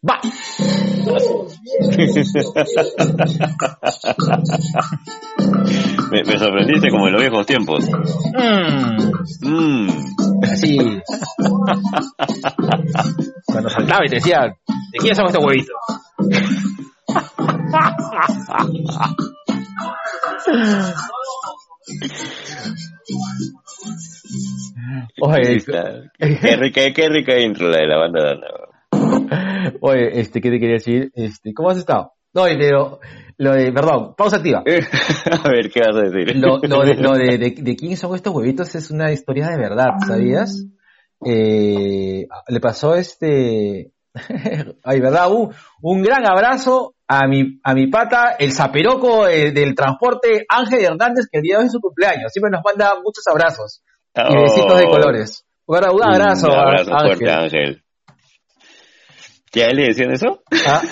¡Va! Me sorprendiste como en los viejos tiempos. Así. Cuando saltaba y te decía, ¿de quién son estos huevitos? Oye, qué rica intro la de la banda Dana. Oye, ¿qué te quería decir? ¿Cómo has estado? No, perdón, pausa activa. A ver, ¿qué vas a decir? Lo de quién son estos huevitos es una historia de verdad, ¿sabías? Le pasó ay, ¿verdad? Un gran abrazo a mi pata, el zaperoco del transporte, Ángel Hernández, que el día de hoy es su cumpleaños. Siempre nos manda muchos abrazos y besitos de colores. Un abrazo, un abrazo Ángel. Fuerte, Ángel. ¿Ya le decían eso?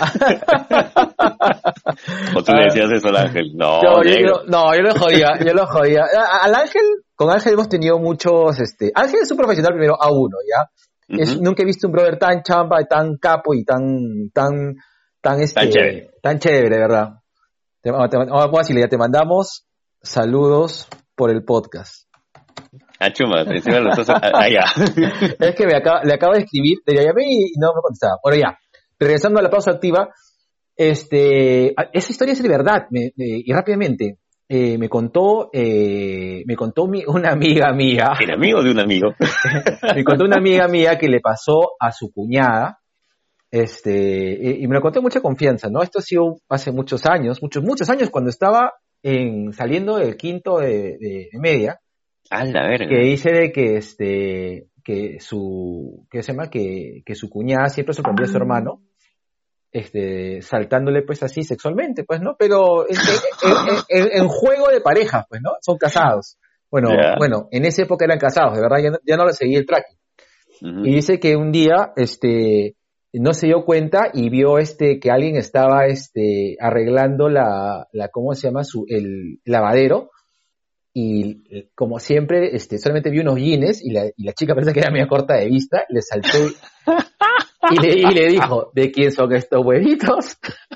¿O tú le decías eso al Ángel? No, yo lo jodía. Con Ángel hemos tenido muchos, Ángel es un profesional primero A1, ¿ya? Uh-huh. Nunca he visto un brother tan chamba, tan capo y tan chévere, ¿verdad? Vamos a decirle, ya te mandamos saludos por el podcast. Chuma, encima lo estás... ya. Es que le acabo de escribir, le llamé y no me contestaba. Bueno, ya, regresando a la pausa activa, esa historia es de verdad, y rápidamente, me contó una amiga mía. ¿El amigo de un amigo? Me contó una amiga mía que le pasó a su cuñada, y me lo contó con mucha confianza, ¿no? Esto ha sido hace muchos años, muchos años, cuando estaba saliendo del quinto de media. A la verga. Que dice de que su cuñada siempre sorprendía a su hermano, saltándole pues así sexualmente, pues, ¿no? Pero en juego de pareja, pues, ¿no? Son casados. Bueno, en esa época eran casados, de verdad, ya no le seguí el tracking. Uh-huh. Y dice que un día, no se dio cuenta y vio que alguien estaba arreglando ¿cómo se llama? El lavadero. Y como siempre, solamente vi unos jeans y la chica parece que era media corta de vista, le saltó y le dijo, ¿de quién son estos huevitos?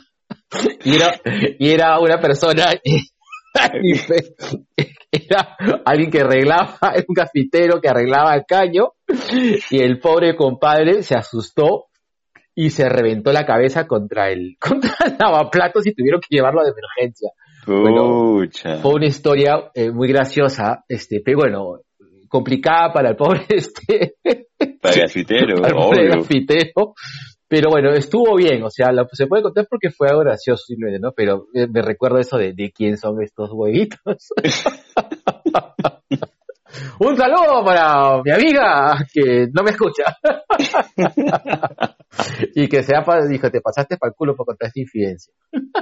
Y era una persona, era alguien que arreglaba, era un cafetero que arreglaba el caño, y el pobre compadre se asustó y se reventó la cabeza contra el lavaplatos y tuvieron que llevarlo de emergencia. Bueno, fue una historia muy graciosa, pero bueno, complicada para el pobre para el gafitero, para el pobre gafitero, pero bueno, estuvo bien, o sea, se puede contar porque fue algo gracioso simplemente, ¿no? Pero me recuerdo eso de quién son estos huevitos. Un saludo para mi amiga que no me escucha. Y que dijo, te pasaste para el culo por contar esta infidencia.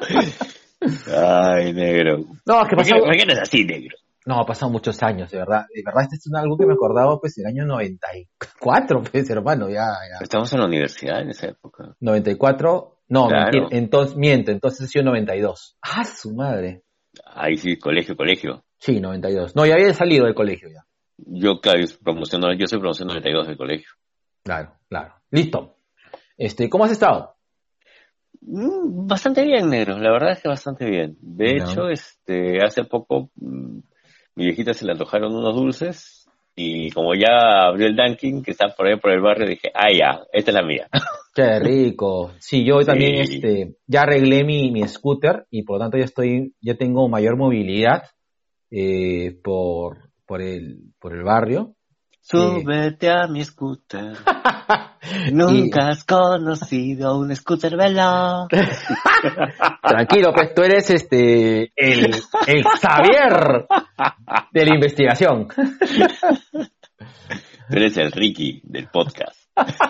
Ay, negro. No, es que pasó... ¿Por qué no es así, negro? No, ha pasado muchos años, de verdad. De verdad, esto es algo que me acordaba, pues, el año 94, pues, hermano, ya. Estamos en la universidad en esa época. 94, no, claro. entonces ha sido 92. ¡Ah, su madre! Ahí sí, colegio. Sí, 92. No, ya había salido del colegio ya. Yo soy promoción 92 del colegio. Claro. Listo. ¿Cómo has estado? Bastante bien, negro. La verdad es que bastante bien. De hecho, hace poco mi viejita se le antojaron unos dulces y como ya abrió el Dunkin' que está por ahí por el barrio, dije, ya, esta es la mía. Qué rico. Sí, yo también ya arreglé mi scooter y por lo tanto ya tengo mayor movilidad por el barrio. Súbete a mi scooter. Nunca has conocido un scooter veloz. Tranquilo, pues tú eres el Xavier de la investigación. Tú eres el Ricky del podcast.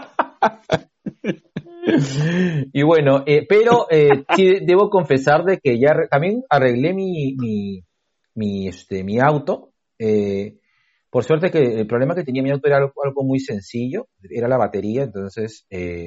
Y bueno, pero sí debo confesar de que ya también arreglé mi auto. Por suerte que el problema que tenía mi auto era algo muy sencillo, era la batería, entonces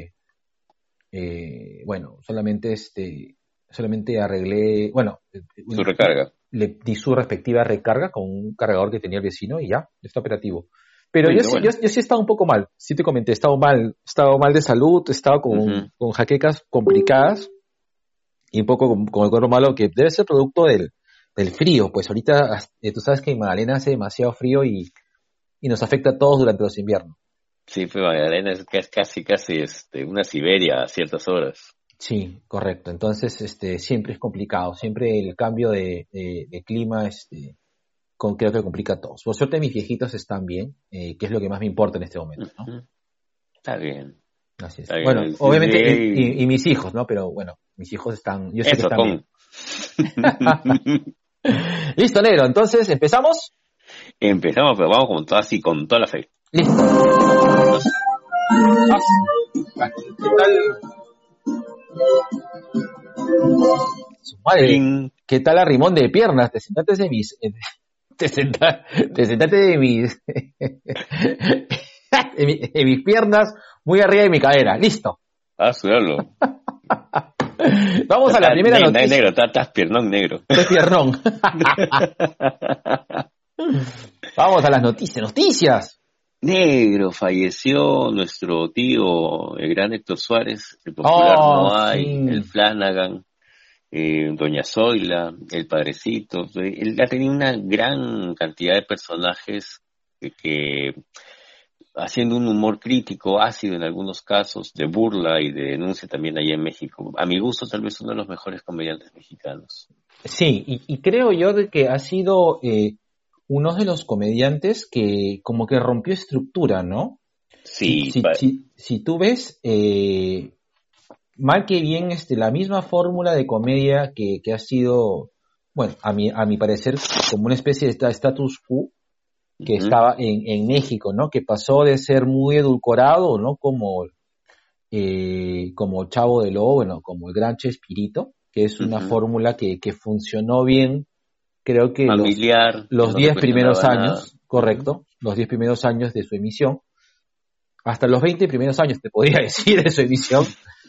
bueno, solamente arreglé, bueno, su recarga. Le di su respectiva recarga con un cargador que tenía el vecino y ya, está operativo. Pero yo sí he estado un poco mal, sí te comenté, he estado mal de salud, he estado con jaquecas complicadas y un poco con el cuerpo malo, que debe ser producto del frío, pues ahorita tú sabes que en Magdalena hace demasiado frío y nos afecta a todos durante los inviernos. Sí, pues Magdalena es casi una Siberia a ciertas horas. Sí, correcto. Entonces, siempre es complicado. Siempre el cambio de clima, creo que complica a todos. Por suerte mis viejitos están bien, que es lo que más me importa en este momento, ¿no? Está bien. Así es. Está bueno, bien. obviamente, y mis hijos, ¿no? Pero bueno, mis hijos están, yo sé que están bien. Listo, negro. Entonces, ¿empezamos? Empezamos, pero vamos con toda la fe. Listo. ¿Qué tal? Madre, ¿qué tal arrimón de piernas? Te sentaste de mis... Te sentaste de mis... de mis piernas muy arriba de mi cadera. Listo. Suelo. Vamos a la primera noticia. Negro, estás piernón negro. Estoy piernón. Vamos a las noticias. Negro, falleció nuestro tío, el gran Héctor Suárez, el popular No Hay, sí. El Flanagan, Doña Zoila, el Padrecito. Él ha tenido una gran cantidad de personajes que haciendo un humor crítico, ácido en algunos casos, de burla y de denuncia también allá en México. A mi gusto, tal vez uno de los mejores comediantes mexicanos. Sí, y creo yo de que ha sido... uno de los comediantes que como que rompió estructura, ¿no? Sí. Si tú ves, mal que bien, la misma fórmula de comedia que ha sido, bueno, a mi parecer, como una especie de status quo que estaba en México, ¿no? Que pasó de ser muy edulcorado, ¿no? Como Chavo del Ojo, bueno, como el Gran Chespirito, que es una fórmula que funcionó bien. Creo que familiar, los 10 primeros años, correcto, los 10 primeros años de su emisión, hasta los 20 primeros años te podría decir de su emisión,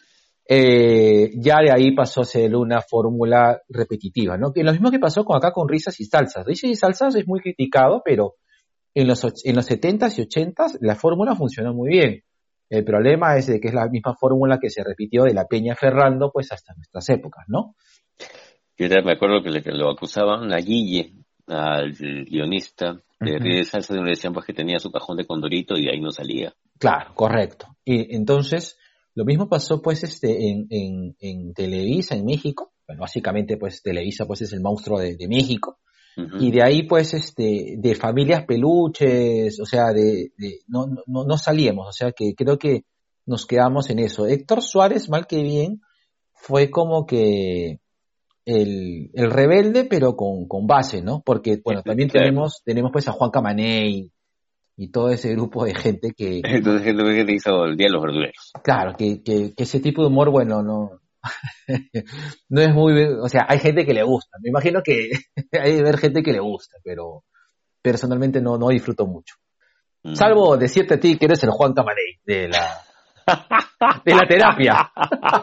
ya de ahí pasó a ser una fórmula repetitiva, ¿no? Que lo mismo que pasó acá con Risas y Salsas. Risas y Salsas es muy criticado, pero en los 70s y 80s la fórmula funcionó muy bien. El problema es de que es la misma fórmula que se repitió de la Peña Ferrando, pues hasta nuestras épocas, ¿no? Yo me acuerdo que lo acusaban a Guille, al guionista de Río de Salsa, y le decían pues que tenía su cajón de Condorito y ahí no salía. Claro, correcto. Y entonces, lo mismo pasó pues en Televisa, en México. Bueno, básicamente pues Televisa pues es el monstruo de México. Y de ahí pues de familias peluches, o sea, no salíamos, o sea que creo que nos quedamos en eso. Héctor Suárez, mal que bien, fue como que el rebelde, pero con base, ¿no? Porque, bueno, también claro. tenemos pues a Juan Camaney y todo ese grupo de gente que... Entonces, gente que hizo el Día de los Verduleros. Claro, que ese tipo de humor, bueno, no es muy... O sea, hay gente que le gusta. Me imagino que hay de ver gente que le gusta, pero personalmente no disfruto mucho. Salvo decirte a ti que eres el Juan Camaney de la terapia.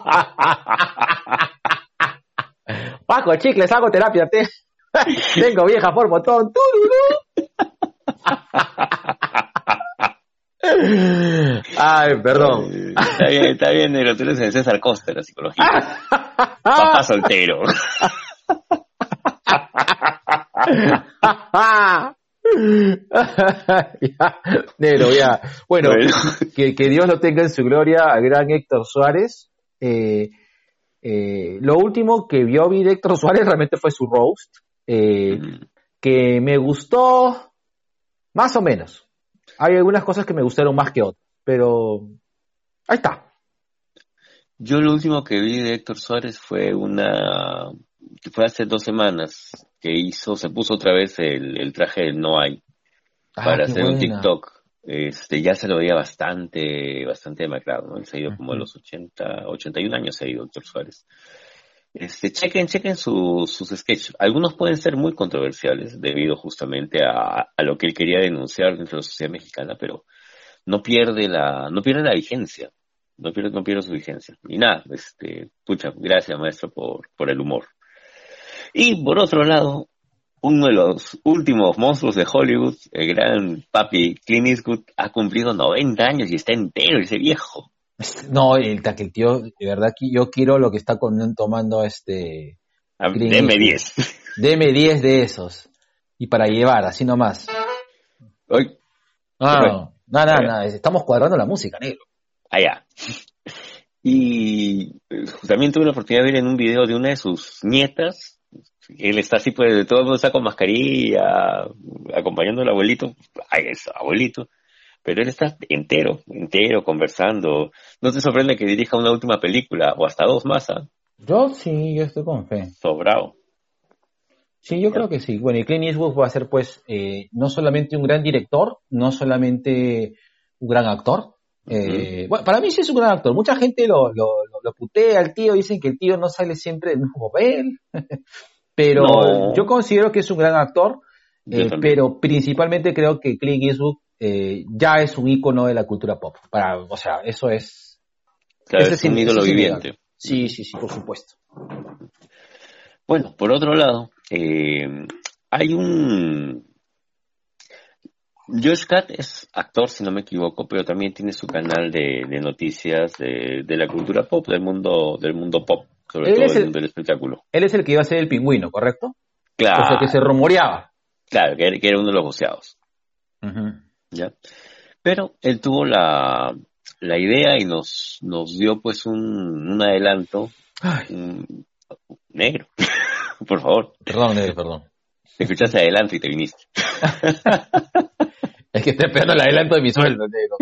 Paco, chicles, hago terapia. Tengo vieja por botón. Ay, perdón. Está bien, negro. Tú eres el César Costa de la psicología. Papá soltero. Ya, negro, ya. Bueno. Que Dios lo tenga en su gloria al gran Héctor Suárez. Lo último que vi de Héctor Suárez realmente fue su roast, que me gustó más o menos. Hay algunas cosas que me gustaron más que otras, pero ahí está. Yo lo último que vi de Héctor Suárez fue que fue hace 2 semanas, que se puso otra vez el traje del No Hay para hacer un TikTok. Ya se lo veía bastante demacrado, ¿no? Él se ha ido como a los 81 años se ha ido Héctor Suárez. Chequen sus sketches. Algunos pueden ser muy controversiales debido justamente a lo que él quería denunciar dentro de la sociedad mexicana, pero no pierde la vigencia. No pierde su vigencia. Y nada, gracias maestro por el humor. Y por otro lado, uno de los últimos monstruos de Hollywood, el gran papi Clint Eastwood, ha cumplido 90 años y está entero ese viejo. No, el tío, de verdad que yo quiero lo que está tomando Deme 10. Deme 10 de esos. Y para llevar, así nomás. Hoy. Nada, estamos cuadrando la música, negro. Allá. Y también tuve la oportunidad de ver en un video de una de sus nietas. Él está así, pues, de todo el mundo está con mascarilla, acompañando al abuelito. Ay, es abuelito. Pero él está entero, conversando. ¿No te sorprende que dirija una última película, o hasta 2 más? Yo estoy con fe. Sobrado. Sí, yo creo que sí. Bueno, y Clint Eastwood va a ser, pues, no solamente un gran director, no solamente un gran actor. Bueno, para mí sí es un gran actor. Mucha gente lo putea al tío, dicen que el tío no sale siempre del mismo papel. Pero yo considero que es un gran actor, pero principalmente creo que Clint Eastwood ya es un ícono de la cultura pop. O sea, eso es... Claro, es un ídolo viviente. Sí, por supuesto. Bueno, por otro lado, hay un... Josh Gad es actor, si no me equivoco, pero también tiene su canal de noticias de la cultura pop, del mundo pop, sobre todo del mundo del espectáculo. Él es el que iba a ser el pingüino, ¿correcto? Claro. O sea, que se rumoreaba. Claro, que era uno de los voceados. ¿Ya? Pero él tuvo la idea y nos dio pues un adelanto. Negro, por favor. Perdón, negro, perdón. Te escuchaste adelanto y te viniste. Es que estoy esperando el adelanto de mi sueldo, negro.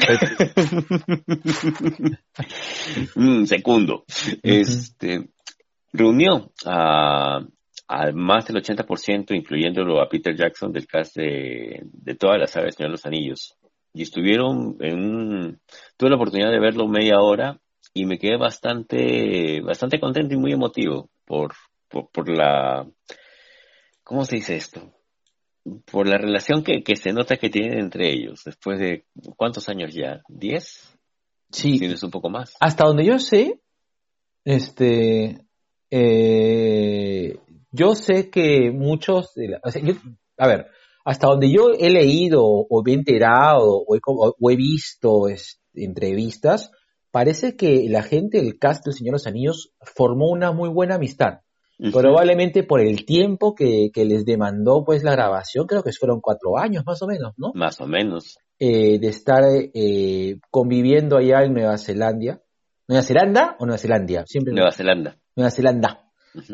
Segundo. Reunió a más del 80%, incluyéndolo a Peter Jackson, del cast de toda la saga de Señor de los Anillos. Y estuvieron tuve la oportunidad de verlo media hora y me quedé bastante contento y muy emotivo por la... ¿Cómo se dice esto? Por la relación que se nota que tienen entre ellos, después de, ¿cuántos años ya? ¿10? Sí. ¿Tienes un poco más? Hasta donde yo sé, yo sé que muchos... hasta donde yo he leído o me he enterado o he visto entrevistas, parece que la gente del cast del Señor de los Anillos formó una muy buena amistad. Uh-huh. Probablemente por el tiempo que les demandó pues la grabación, creo que fueron 4 años más o menos, ¿no? Más o menos. De estar conviviendo allá en Nueva Zelanda. ¿Nueva Zelanda o Nueva Zelandia? Siempre Nueva Zelanda. Nueva Zelanda. Uh-huh.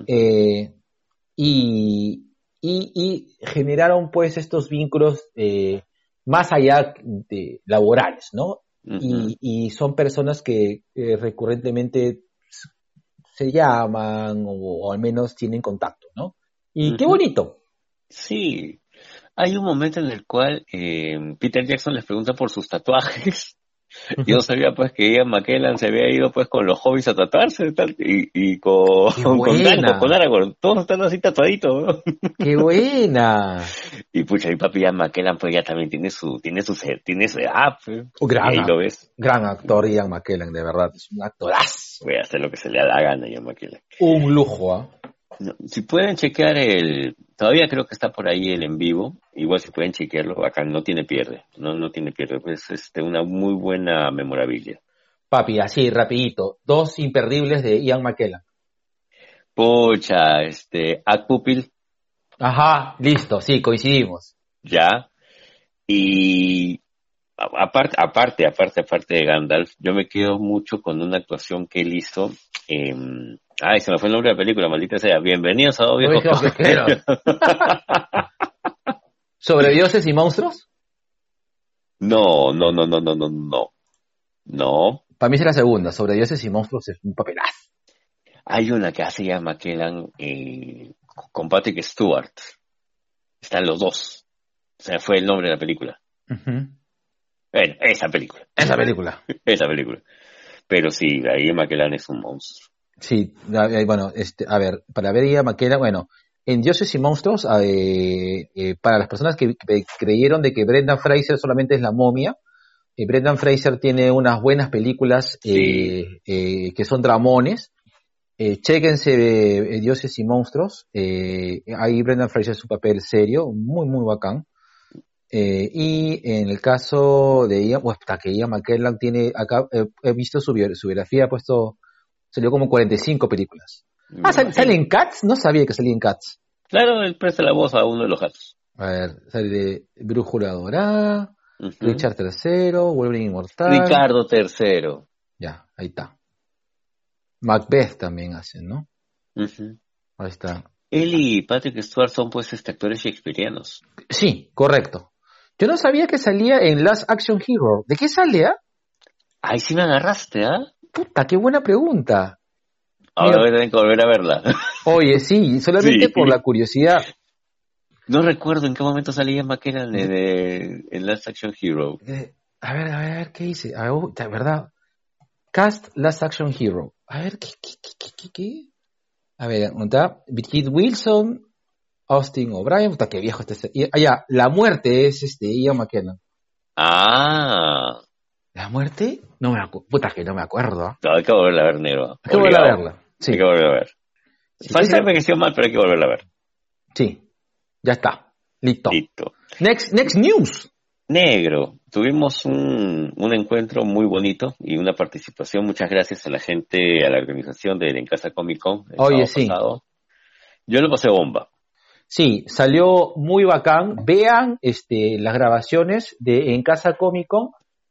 Y generaron pues estos vínculos más allá de laborales, ¿no? Uh-huh. Y son personas que recurrentemente se llaman o al menos tienen contacto, ¿no? Y uh-huh. ¡Qué bonito! Sí, hay un momento en el cual Peter Jackson les pregunta por sus tatuajes. Yo no sabía pues que Ian McKellen se había ido pues con los hobbies a tatuarse y con Aragorn, todos están así tatuaditos, ¿no? ¡Qué buena! Y pucha, mi papi Ian McKellen pues ya también tiene su edad, pues. Ahí lo ves. Gran actor Ian McKellen, de verdad, es un actorazo. Voy a hacer lo que se le da la gana, Ian McKellen. Un lujo, ¿ah? No, si pueden chequear todavía creo que está por ahí el en vivo, igual si pueden chequearlo, acá no tiene pierde, no tiene pierde, pues una muy buena memorabilia. Papi, así rapidito, 2 imperdibles de Ian McKellen. Pocha, Pupil. Ajá, listo, sí, coincidimos. Ya, y aparte de Gandalf, yo me quedo mucho con una actuación que él hizo se me fue el nombre de la película, maldita sea. Bienvenidos a Dos Viejos Coqueros. ¿Sobre dioses y monstruos? No. Para mí es la segunda. Sobre dioses y monstruos es un papelazo. Hay una que hace ya McKellen con Patrick Stewart. Están los dos. O sea, fue el nombre de la película. Uh-huh. Bueno, esa película. Esa película. Pero sí, ahí McKellen es un monstruo. Sí, bueno, a ver, para ver Ian McKellen, bueno, en Dioses y Monstruos, para las personas que creyeron de que Brendan Fraser solamente es la momia, Brendan Fraser tiene unas buenas películas que son dramones, Chéquense Dioses y Monstruos. Ahí Brendan Fraser es su papel serio, muy, muy bacán. Y en el caso de Ian, hasta que Ian McKellen tiene, acá he visto su biografía, ha puesto, salió como 45 películas. ¿Sale en Cats? No sabía que salía en Cats. Claro, él presta la voz a uno de los gatos. A ver, sale de Brújula Dorada, Richard III, Wolverine Inmortal. Ricardo III. Ya, ahí está. Macbeth también hacen, ¿no? Ahí está. Él y Patrick Stewart son pues actores shakespearianos. Sí, correcto. Yo no sabía que salía en Last Action Hero. ¿De qué salía? Ahí sí me agarraste, ¿ah? Puta, qué buena pregunta. Ahora voy a tener que volver a verla. Oye, sí, solamente por la curiosidad. No recuerdo en qué momento salía McKenna en Last Action Hero. A ver, ¿qué hice? A ver, de verdad. Cast Last Action Hero. A ver, ¿qué? A ver, ¿está? Kit Wilson, Austin O'Brien, puta, qué viejo este. Ya, la muerte es Ian McKellen. Ah. ¿La muerte? No me acuerdo. Puta, que no me acuerdo. No, hay que volverla a ver, negro. Hay que volverla a verla. Sí. Hay que volverla a ver. Sí, Fácil me pareció mal, pero hay que volverla a ver. Sí. Ya está. Listo. Next news. Negro. Tuvimos un encuentro muy bonito y una participación. Muchas gracias a la gente, a la organización de En Casa Comic Con. Oye, sí. Pasado. Yo lo pasé bomba. Sí, salió muy bacán. Vean las grabaciones de En Casa Comic Con.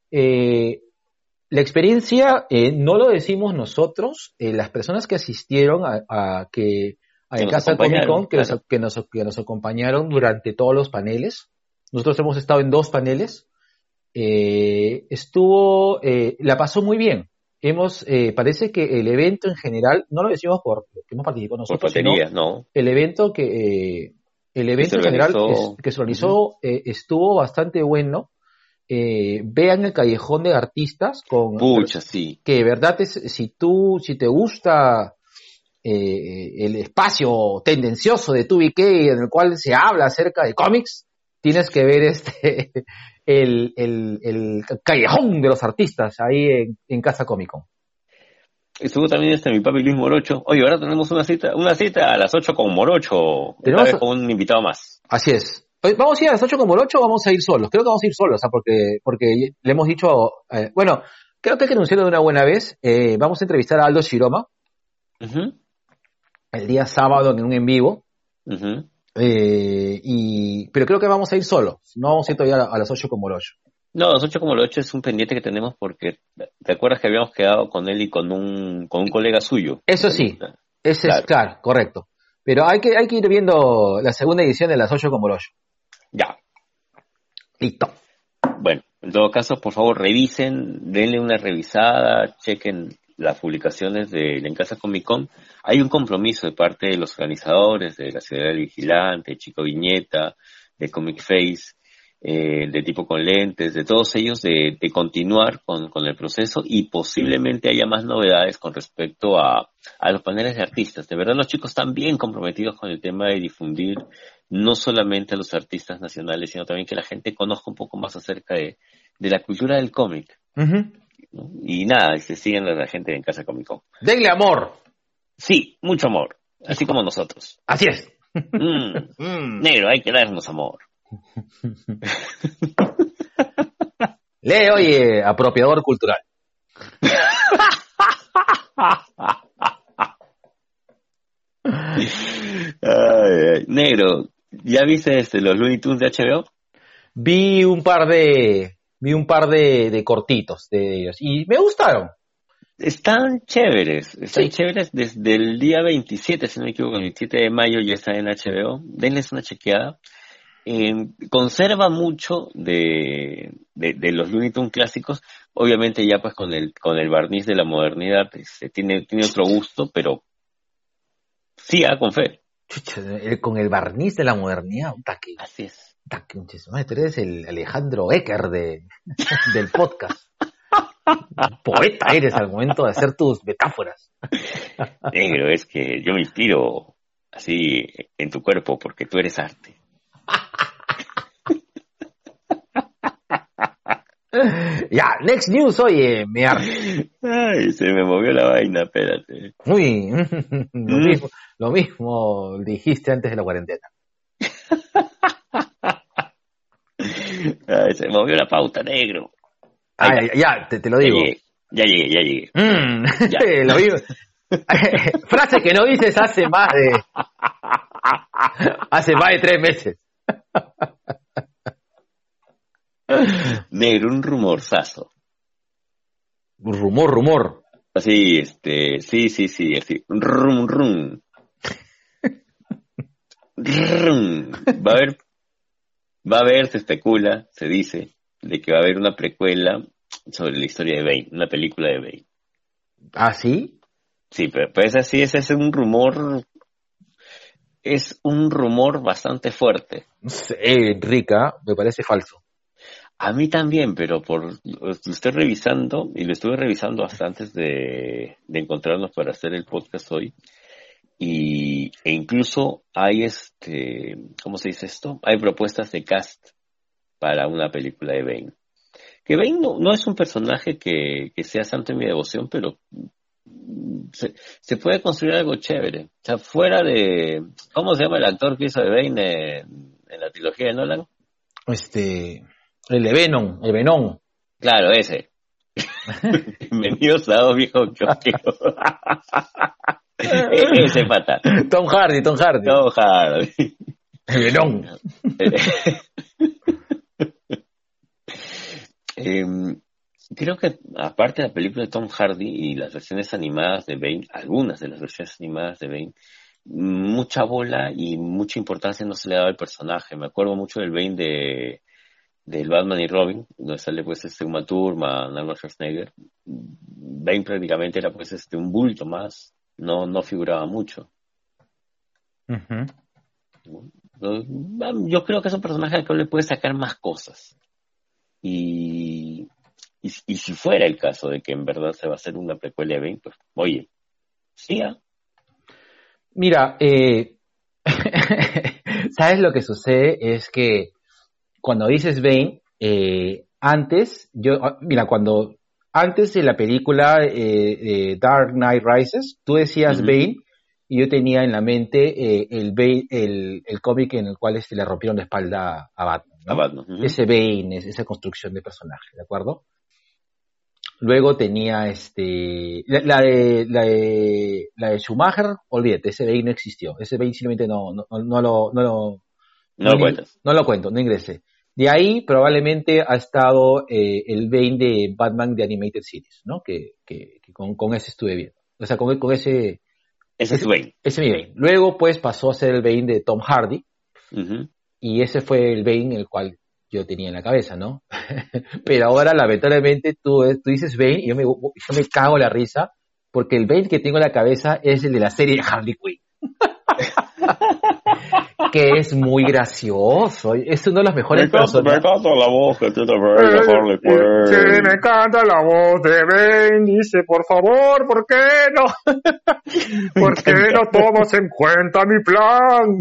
La experiencia no lo decimos nosotros, las personas que asistieron a En Casa Comic Con, que nos acompañaron durante todos los paneles. Nosotros hemos estado en 2 paneles. La pasó muy bien. Parece que el evento en general, no lo decimos porque hemos participado nosotros, por batería, no. El evento en general que se organizó estuvo bastante bueno. Vean el Callejón de Artistas sí. Que de verdad si te gusta el espacio tendencioso de 2BK en el cual se habla acerca de cómics, tienes que ver el Callejón de los Artistas ahí en Casa Comic Con. Estuvo también mi papi Luis Morocho. Oye, ahora tenemos una cita a las 8 con Morocho. Esta vez con un invitado más. Así es. ¿Vamos a ir a las 8 con Morocho o vamos a ir solos? Creo que vamos a ir solos, porque le hemos dicho, bueno, creo que hay que anunciarlo de una buena vez. Vamos a entrevistar a Aldo Shiroma el día sábado en un en vivo. Pero creo que vamos a ir solos. No vamos a ir todavía a las 8 con Morocho. No, las 8 como las 8 es un pendiente que tenemos porque ¿te acuerdas que habíamos quedado con él y con un colega suyo? Eso sí, ese claro. Es claro, correcto. Pero hay que ir viendo la segunda edición de las 8 con Morocho. Ya. Listo. Bueno, en todo caso, por favor, revisen, denle una revisada, chequen las publicaciones de En Casa Comic Con. Hay un compromiso de parte de los organizadores, de la Ciudad del Vigilante, Chico Viñeta, de Comic Face, de Tipo con Lentes, de todos ellos, de continuar con el proceso y posiblemente haya más novedades con respecto a los paneles de artistas. De verdad, los chicos están bien comprometidos con el tema de difundir no solamente a los artistas nacionales, sino también que la gente conozca un poco más acerca de la cultura del cómic. ¿No? Y nada, se siguen a la gente de En Casa Comic Con. ¡Denle amor! Sí, mucho amor, así como nosotros. Así es. Negro, hay que darnos amor. Lee, oye, apropiador cultural. Negro, ¿ya viste los Looney Tunes de HBO? Vi un par de cortitos de ellos y me gustaron. Están chéveres desde el día 27, si no me equivoco, el 27 de mayo ya está en HBO. Denles una chequeada. Conserva mucho de los Looney Tunes clásicos, obviamente ya pues con el barniz de la modernidad pues, tiene otro gusto, pero sí, con fe. Chucha, con el barniz de la modernidad, así es. Tú eres el Alejandro Ecker del podcast. Poeta eres al momento de hacer tus metáforas. Negro, es que yo me inspiro así en tu cuerpo porque tú eres arte. Ya, next news, oye, me arde. Ay, se me movió la vaina, espérate. Uy, lo mismo dijiste antes de la cuarentena. Ay, se me movió la pauta, negro. Ay, ya, te lo digo. Ya llegué. Ya. Lo vi. Frase que no dices hace más de 3 meses. Negro, un rumorzazo. Rumor. Así, sí, así. Rum. Va a haber, se especula, se dice, de que va a haber una precuela sobre la historia de Bane, una película de Bane. ¿Ah, sí? Sí, pero pues así, ese es un rumor bastante fuerte. No sé, Rica, me parece falso. A mí también, pero lo estoy revisando, y lo estuve revisando hasta antes de encontrarnos para hacer el podcast hoy, e incluso hay ¿cómo se dice esto? Hay propuestas de cast para una película de Bane. Que Bane no es un personaje que sea santo en mi devoción, pero se puede construir algo chévere. O sea, fuera de... ¿Cómo se llama el actor que hizo de Bane en la trilogía de Nolan? El de Venom. Claro, ese. Bienvenidos a dos viejos choqueos. Ese pata. Tom Hardy. El Venom. Creo que aparte de la película de Tom Hardy y las versiones animadas de Bane, algunas de las versiones animadas de Bane, mucha bola y mucha importancia no se le daba al personaje. Me acuerdo mucho del Bane del Batman y Robin, donde sale pues Uma Thurman, Arnold Schwarzenegger. Bane prácticamente era pues un bulto más, no figuraba mucho. Uh-huh. Yo creo que es un personaje al que le puede sacar más cosas. Y si fuera el caso de que en verdad se va a hacer una precuela de Bane, pues, oye, sí. Mira, ¿sabes lo que sucede? Es que cuando dices Bane, antes de la película Dark Knight Rises, tú decías uh-huh. Bane, y yo tenía en la mente el cómic en el cual le rompieron la espalda a Batman, ¿no? A Batman. Uh-huh. Ese Bane, esa construcción de personaje, ¿de acuerdo? Luego tenía la de Schumacher, olvídate, ese Bane no existió. Ese Bane simplemente no lo cuento, no ingresé. De ahí probablemente ha estado el Bane de Batman de Animated Series, ¿no? Que con ese estuve viendo. O sea, con ese... Ese es Bane. Ese es mi Bane. Luego, pues, pasó a ser el Bane de Tom Hardy. Uh-huh. Y ese fue el Bane el cual yo tenía en la cabeza, ¿no? Pero ahora, lamentablemente, tú dices Bane y yo me cago la risa porque el Bane que tengo en la cabeza es el de la serie de Harley Quinn. Que es muy gracioso, es uno de los mejores personajes. Me encanta la voz que tiene Harley Quinn. Sí, me encanta la voz de Bane. Dice, por favor, ¿por qué no? ¿Por qué no tomas en cuenta mi plan?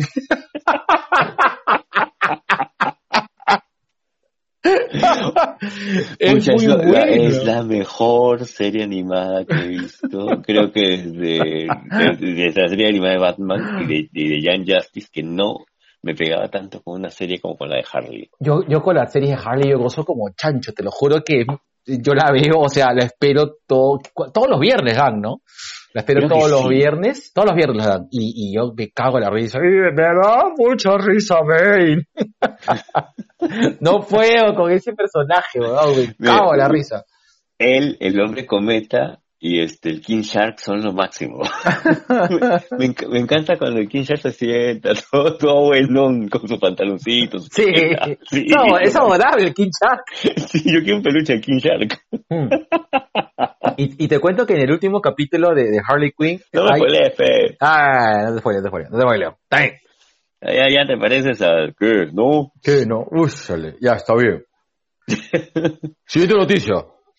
Es la mejor serie animada que he visto. Creo que desde la serie animada de Batman y de Young Justice, que no me pegaba tanto con una serie como con la de Harley. Yo con la serie de Harley yo gozo como chancho, te lo juro que yo la veo, o sea, la espero todos los viernes dan, ¿no? La espero todos los viernes la dan, y yo me cago en la risa, y me da mucha risa, Bane. No puedo con ese personaje, me cago en la risa. Él, el hombre cometa y el King Shark son lo máximo. me encanta cuando el King Shark se sienta todo buenón con sus pantaloncitos. Sí, es adorable el King Shark. Sí, yo quiero un peluche de King Shark. Y te cuento que en el último capítulo de Harley Quinn... No me spoilees, Fe. No te spoileo. Está bien. Ya te pareces a... ¿Qué? ¿No? ¿Qué? No. Úsale. Ya, está bien. Siguiente noticia.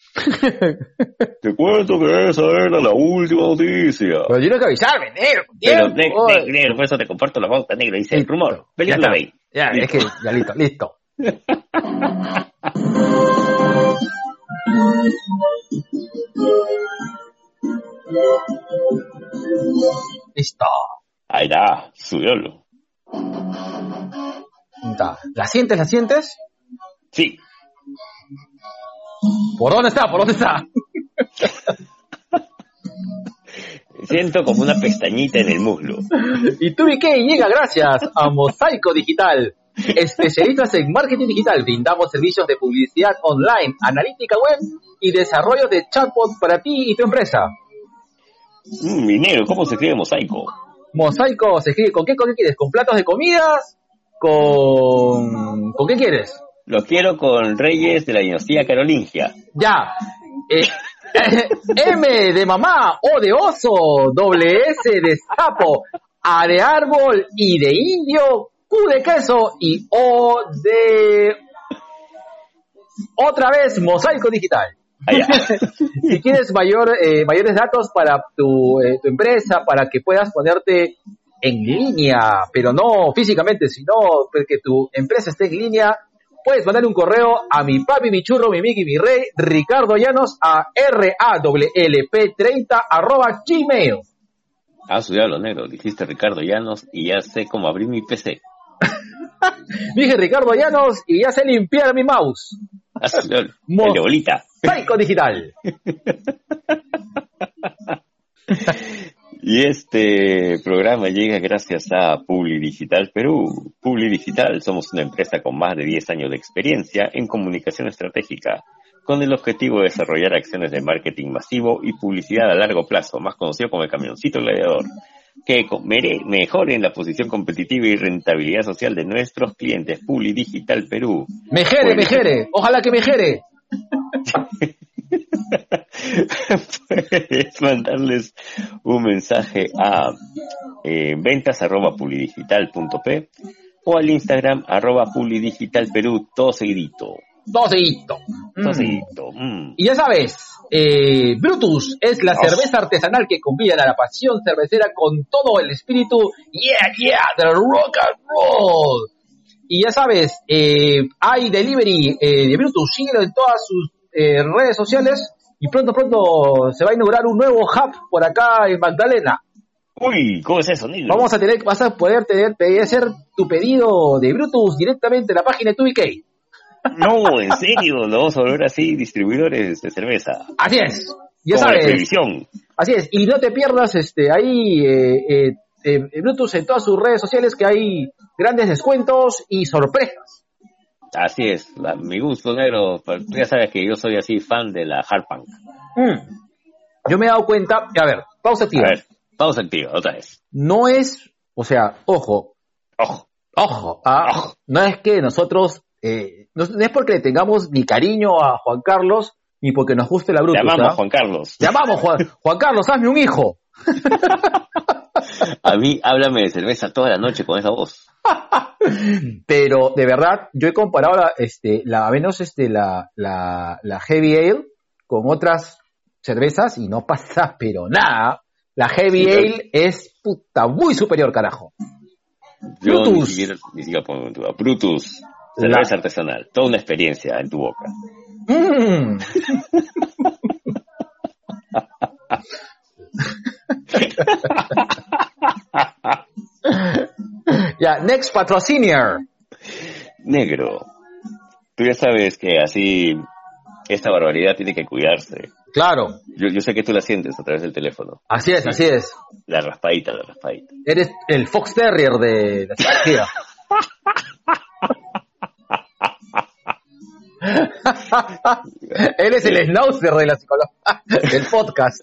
Te cuento que esa era la última noticia. Pero tienes que avisarme, negro. Pero, negro, por eso te comparto la pauta, negro. Dice el rumor. Película Bane. Ya, es que ya listo. Listo. Ahí está, subiólo. ¿La sientes? ¿La sientes? Sí. ¿Por dónde está? ¿Por dónde está? Siento como una pestañita en el muslo. Y TubiK llega gracias a Mosaico Digital. Especialistas en marketing digital, brindamos servicios de publicidad online, analítica web y desarrollo de chatbot para ti y tu empresa. Minero, ¿cómo se escribe Mosaico? Mosaico se escribe ¿con qué quieres? ¿Con platos de comidas? ¿Con qué quieres? Lo quiero con reyes de la dinastía carolingia. Ya. M de mamá, O de oso, doble S de sapo, A de árbol, I de indio, Q de queso y O de... Otra vez, Mosaico Digital. Si quieres mayores datos para tu empresa, para que puedas ponerte en línea, pero no físicamente, sino que tu empresa esté en línea, puedes mandar un correo a mi papi, mi churro, mi Mickey, mi rey, Ricardo Llanos, a rawlp30@gmail. Ya lo negro, dijiste Ricardo Llanos y ya sé cómo abrir mi PC. Dije Ricardo Llanos y ya sé limpiar mi mouse. Bolita. Mosaico Digital. Y este programa llega gracias a Publi Digital Perú. Publi Digital somos una empresa con más de 10 años de experiencia en comunicación estratégica, con el objetivo de desarrollar acciones de marketing masivo y publicidad a largo plazo, más conocido como el camioncito gladiador, que mejoren la posición competitiva y rentabilidad social de nuestros clientes. Publi Digital Perú. Mejere, ojalá que mejere. Puedes mandarles un mensaje a ventas@publidigital.p o al Instagram @publidigitalperú, todo seguidito. Y ya sabes, Brutus es la cerveza artesanal que combina la pasión cervecera con todo el espíritu del rock and roll. Y ya sabes, hay delivery de Brutus, síguelo en todas sus redes sociales y pronto se va a inaugurar un nuevo hub por acá en Magdalena. Uy, ¿cómo es eso, Nilo? Vas a poder hacer tu pedido de Brutus directamente en la página de TubiK. No, en serio, lo vamos a volver así, distribuidores de cerveza. Así es, ya como sabes. La televisión. Así es, y no te pierdas ahí Brutus en todas sus redes sociales, que hay grandes descuentos y sorpresas. Así es, mi gusto negro, ya sabes que yo soy así fan de la hard punk. Yo me he dado cuenta, a ver, pausa activa, otra vez. No es, o sea, ojo, no es que nosotros, no es porque le tengamos ni cariño a Juan Carlos, ni porque nos guste la Brutus. Llamamos a Juan Carlos. Llamamos Juan Carlos, hazme un hijo. A mí, háblame de cerveza toda la noche con esa voz. Pero, de verdad, yo he comparado la Heavy Ale con otras cervezas y no pasa pero nada. La Heavy Ale es muy superior, carajo. Yo Brutus. Ni siquiera pongo en tu boca. Brutus, cerveza artesanal, toda una experiencia en tu boca. Ya, next patrocinier. Negro, tú ya sabes que así esta barbaridad tiene que cuidarse. Claro. Yo sé que tú la sientes a través del teléfono. Así es, así es. La raspadita. Eres el Fox Terrier de la psicología. Eres el Schnauzer de la psicología del podcast.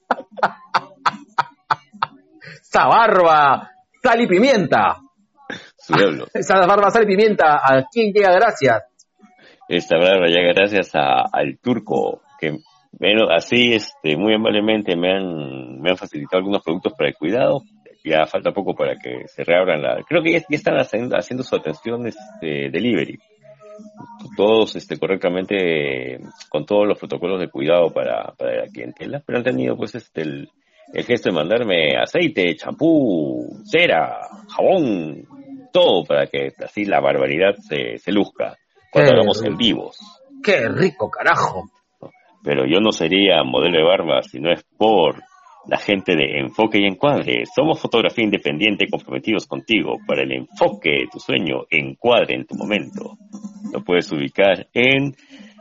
Esa barba, sal y pimienta. Esa barba, sal y pimienta, ¿a quién llega gracias? Esta barba llega gracias al Turco, que bueno, así muy amablemente me han facilitado algunos productos para el cuidado. Ya falta poco para que se reabran creo que ya están haciendo su atención delivery. Todos correctamente, con todos los protocolos de cuidado para la clientela, pero han tenido pues el gesto de mandarme aceite, champú, cera, jabón, todo para que así la barbaridad se luzca cuando hagamos en vivos. ¡Qué rico, carajo! Pero yo no sería modelo de barba si no es por la gente de Enfoque y Encuadre. Somos fotografía independiente comprometidos contigo para el enfoque de tu sueño, encuadre en tu momento. Lo puedes ubicar en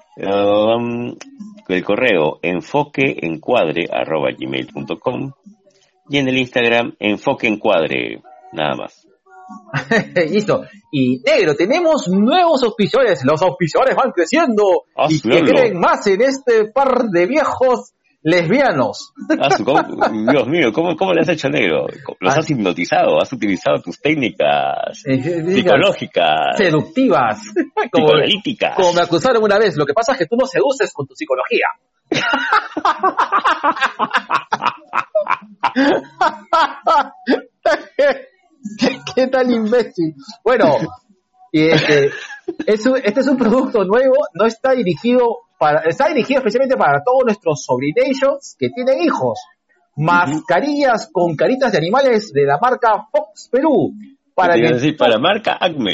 el correo enfoqueencuadre@gmail.com y en el Instagram enfoqueencuadre, nada más. Listo. Y negro, tenemos nuevos auspiciadores. Los auspiciadores van creciendo y que creen más en este par de viejos lesbianos. Dios mío, ¿cómo le has hecho, negro? Los has hipnotizado, has utilizado tus técnicas psicológicas, seductivas, psicoanalíticas. Como me acusaron una vez. Lo que pasa es que tú no seduces con tu psicología. ¿Qué tal imbécil? Bueno, y este es un producto nuevo, está dirigido especialmente para todos nuestros sobrinations que tienen hijos. Mascarillas con caritas de animales de la marca Fox Perú. Para la marca Acme.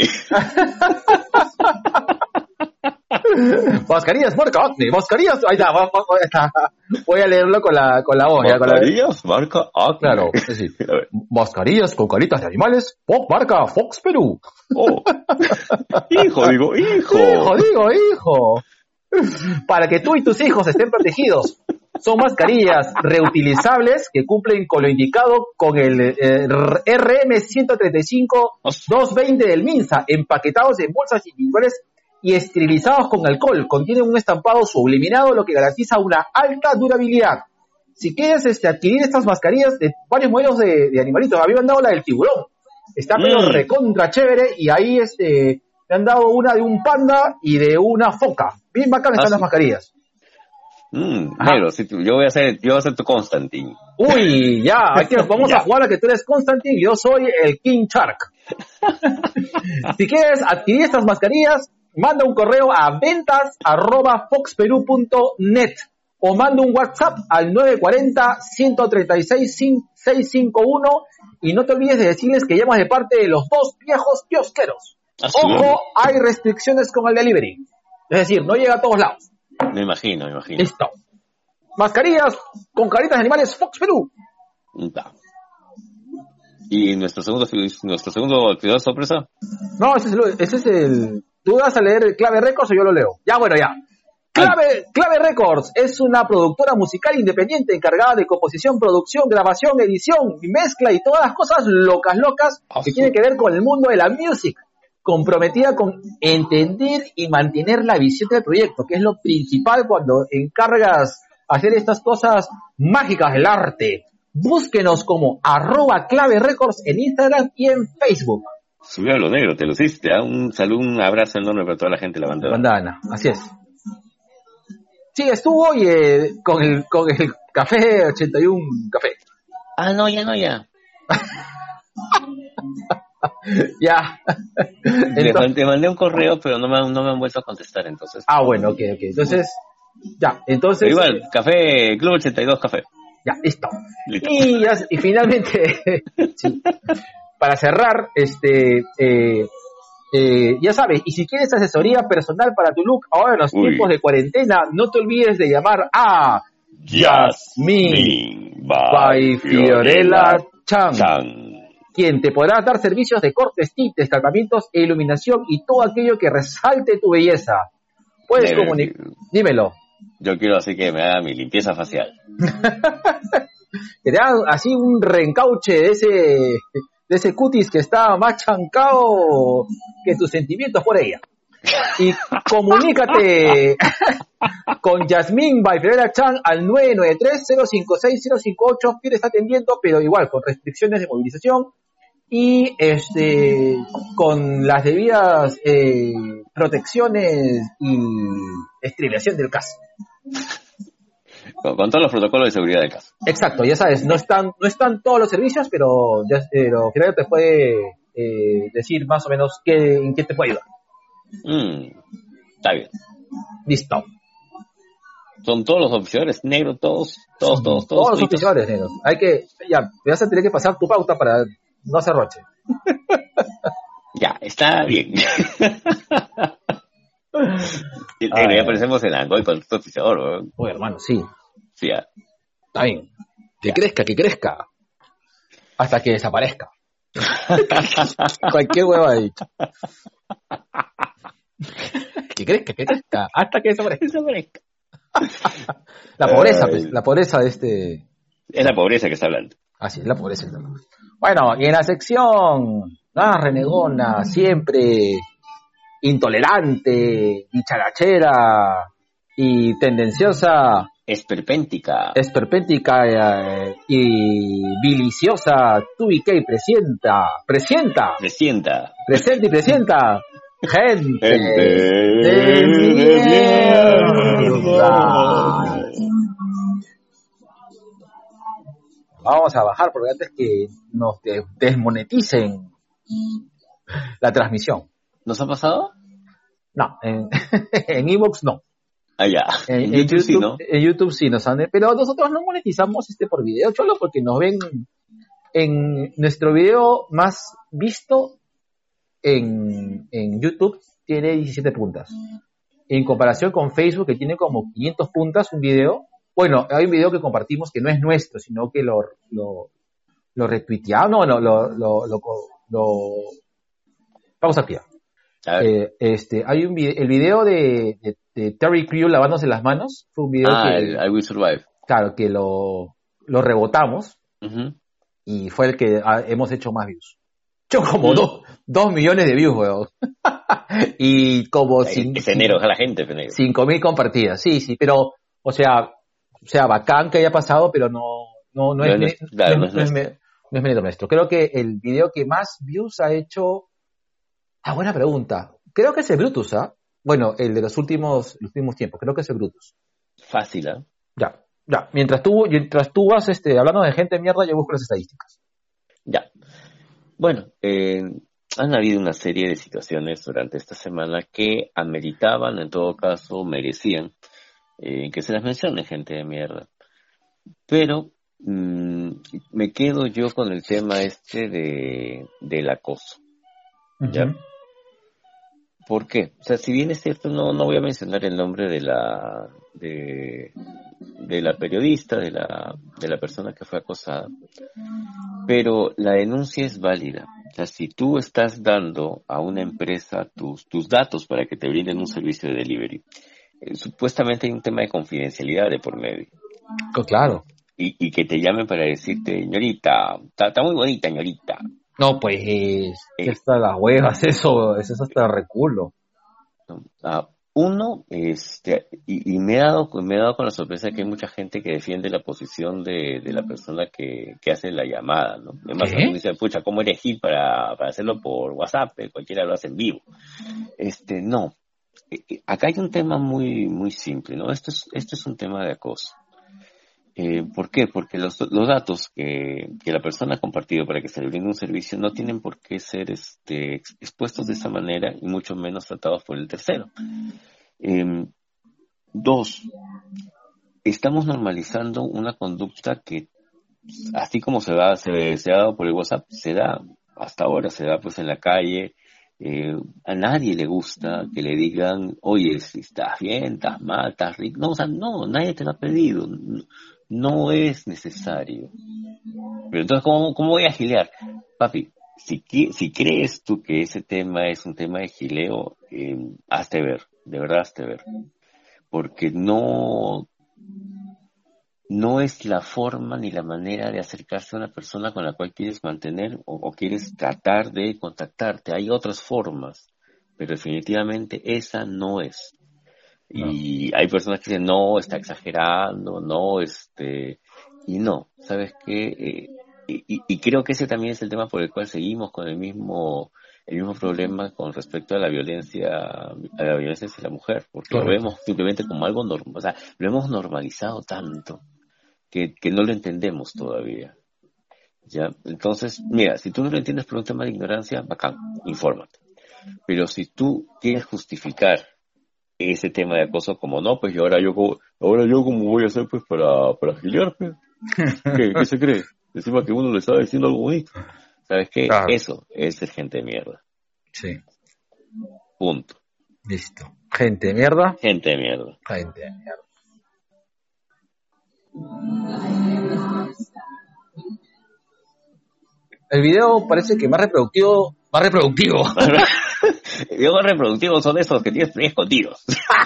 Mascarillas marca Acme, ahí está, voy a leerlo con la voz. Mascarillas marca Acme. Claro, es decir, mascarillas con caritas de animales, marca Fox Perú. Oh. Hijo. Para que tú y tus hijos estén protegidos. Son mascarillas reutilizables que cumplen con lo indicado con el RM-135-220 del MINSA, empaquetados en bolsas individuales y esterilizados con alcohol. Contienen un estampado subliminado, lo que garantiza una alta durabilidad. Si quieres adquirir estas mascarillas de varios modelos de animalitos, a mí me han dado la del tiburón. Está pero recontra chévere, y ahí me han dado una de un panda y de una foca. Bien bacán están las mascarillas. Negro, yo voy a ser tu Constantine. Uy, ya, vamos a jugar a que tú eres Constantine y yo soy el King Shark. Si quieres adquirir estas mascarillas, manda un correo a ventas@foxperu.net o manda un WhatsApp al 940-136-651 y no te olvides de decirles que llamas de parte de los dos viejos kiosqueros. Ojo, hay restricciones con el delivery. Es decir, no llega a todos lados. Me imagino. Listo. Mascarillas con caritas de animales Fox Perú. ¿Y nuestro segundo actividad sorpresa? No, ese es el... ¿Tú vas a leer Clave Records o yo lo leo? Ya, bueno, ya. Clave Records es una productora musical independiente encargada de composición, producción, grabación, edición, mezcla y todas las cosas locas que tienen que ver con el mundo de la music. Comprometida con entender y mantener la visión del proyecto, que es lo principal cuando encargas hacer estas cosas mágicas del arte. Búsquenos como @Clave Records en Instagram y en Facebook. Subió a lo negro, te lo hiciste. Un saludo, un abrazo enorme para toda la gente de la bandana. Así es. Sí, estuvo y con el café 81 café. No, ya. Ya. Te mandé un correo, pero no me han vuelto a contestar, entonces. Bueno, ok. Entonces, ya, entonces... Pero igual, café, Club 82 Café. Ya, listo. Y finalmente, sí, para cerrar, ya sabes, y si quieres asesoría personal para tu look ahora en los tiempos de cuarentena, no te olvides de llamar a Jasmine by Fiorella Chang, quien te podrá dar servicios de cortes, tintes, tratamientos e iluminación y todo aquello que resalte tu belleza. Puedes comunicar. Dímelo. Yo quiero así que me haga mi limpieza facial. Que te haga así un reencauche de ese cutis que está más chancado que tus sentimientos por ella. Y comunícate con Jasmine by Fiorella Chang al 993-056-058. Pierre está atendiendo, pero igual con restricciones de movilización y con las debidas protecciones y esterilización del caso. Con todos los protocolos de seguridad del caso. Exacto, ya sabes, no están todos los servicios, pero Fiorella te puede decir más o menos en qué te puede ayudar. Está bien. Listo. Son todos los oficiadores negros, todos los oficiadores negros. Me vas a tener que pasar tu pauta para no hacer roche. Ya, está bien. Ya aparecemos en Angoy con tu oficiador, weón. Oye, hermano, sí. Sí, ya. Está bien. Que crezca. Hasta que desaparezca. Cualquier huevo ha dicho. Que crezca. Hasta que desaparezca. La pobreza, pues. La pobreza de este... Es la pobreza que está hablando. Así es, la pobreza que está hablando. Bueno, y en la sección... renegona, siempre... intolerante, dicharachera y tendenciosa, esperpéntica y viliciosa, Tubi K presenta gente de mierda. Vamos a bajar porque antes que nos desmoneticen la transmisión. ¿Nos ha pasado? No, en Evox no. Ya. En YouTube sí, ¿no? En YouTube sí nos han... Pero nosotros no monetizamos por video, cholo, porque nos ven en nuestro video más visto en YouTube tiene 17 puntas. En comparación con Facebook, que tiene como 500 puntas un video. Bueno, hay un video que compartimos que no es nuestro, sino que lo retuiteamos, vamos a activar. Hay el video de Terry Crew lavándose las manos, fue un video el I Will Survive. Claro, que lo rebotamos, y fue el que hemos hecho más views. Yo como 2 millones de views, weón. Y como 5.000 compartidas, sí, pero, o sea, bacán que haya pasado, pero no es mérito nuestro. Creo que el video que más views ha hecho... buena pregunta. Creo que es el Brutus, ¿ah? Bueno, el de los últimos tiempos. Creo que es el Brutus. Fácil, ¿ah? Ya. Mientras tú vas hablando de gente de mierda, yo busco las estadísticas. Ya. Bueno, han habido una serie de situaciones durante esta semana que ameritaban, en todo caso, merecían que se las mencione gente de mierda. Pero me quedo yo con el tema del acoso. ¿Ya? Uh-huh. ¿Por qué? O sea, si bien es cierto, no voy a mencionar el nombre de la periodista, de la persona que fue acosada, pero la denuncia es válida. O sea, si tú estás dando a una empresa tus datos para que te brinden un servicio de delivery, supuestamente hay un tema de confidencialidad de por medio. Claro. Y que te llamen para decirte, señorita, está muy bonita, señorita. No, pues, hasta las huevas, eso es hasta reculo. Uno, y me he dado con la sorpresa que hay mucha gente que defiende la posición de la persona que hace la llamada, ¿no? Además, uno dice, pucha, ¿cómo eres gil para hacerlo por WhatsApp? Cualquiera lo hace en vivo. No. Acá hay un tema muy, muy simple, ¿no? Esto es un tema de acoso. ¿Por qué? Porque los datos que la persona ha compartido para que se le brinde un servicio no tienen por qué ser expuestos de esa manera y mucho menos tratados por el tercero. 2, estamos normalizando una conducta que, así como se ha dado por el WhatsApp, hasta ahora se da pues en la calle. A nadie le gusta que le digan, oye, si estás bien, estás mal, estás rico. No, o sea, no, nadie te lo ha pedido. No es necesario. Pero entonces, ¿cómo voy a gilear? Papi, si crees tú que ese tema es un tema de gileo, hazte ver, de verdad hazte ver. Porque no es la forma ni la manera de acercarse a una persona con la cual quieres mantener o quieres tratar de contactarte. Hay otras formas, pero definitivamente esa no es. Y hay personas que dicen, no, está exagerando, y no, ¿sabes qué? Y creo que ese también es el tema por el cual seguimos con el mismo problema con respecto a la violencia hacia la mujer, porque lo vemos simplemente como algo normal, o sea, lo hemos normalizado tanto que no lo entendemos todavía. ¿Ya? Entonces, mira, si tú no lo entiendes por un tema de ignorancia, bacán, infórmate. Pero si tú quieres justificar ese tema de acoso como no, pues y ahora yo como voy a hacer pues para gilear, pues. ¿Qué se cree? Encima que uno le estaba diciendo algo bonito. ¿Sabes qué? Claro. Eso es gente de mierda. Sí. Punto. Listo. Gente de mierda. Gente de mierda. Gente de mierda. El video parece que más reproductivo. Videos más reproductivos son esos que tienes escondidos.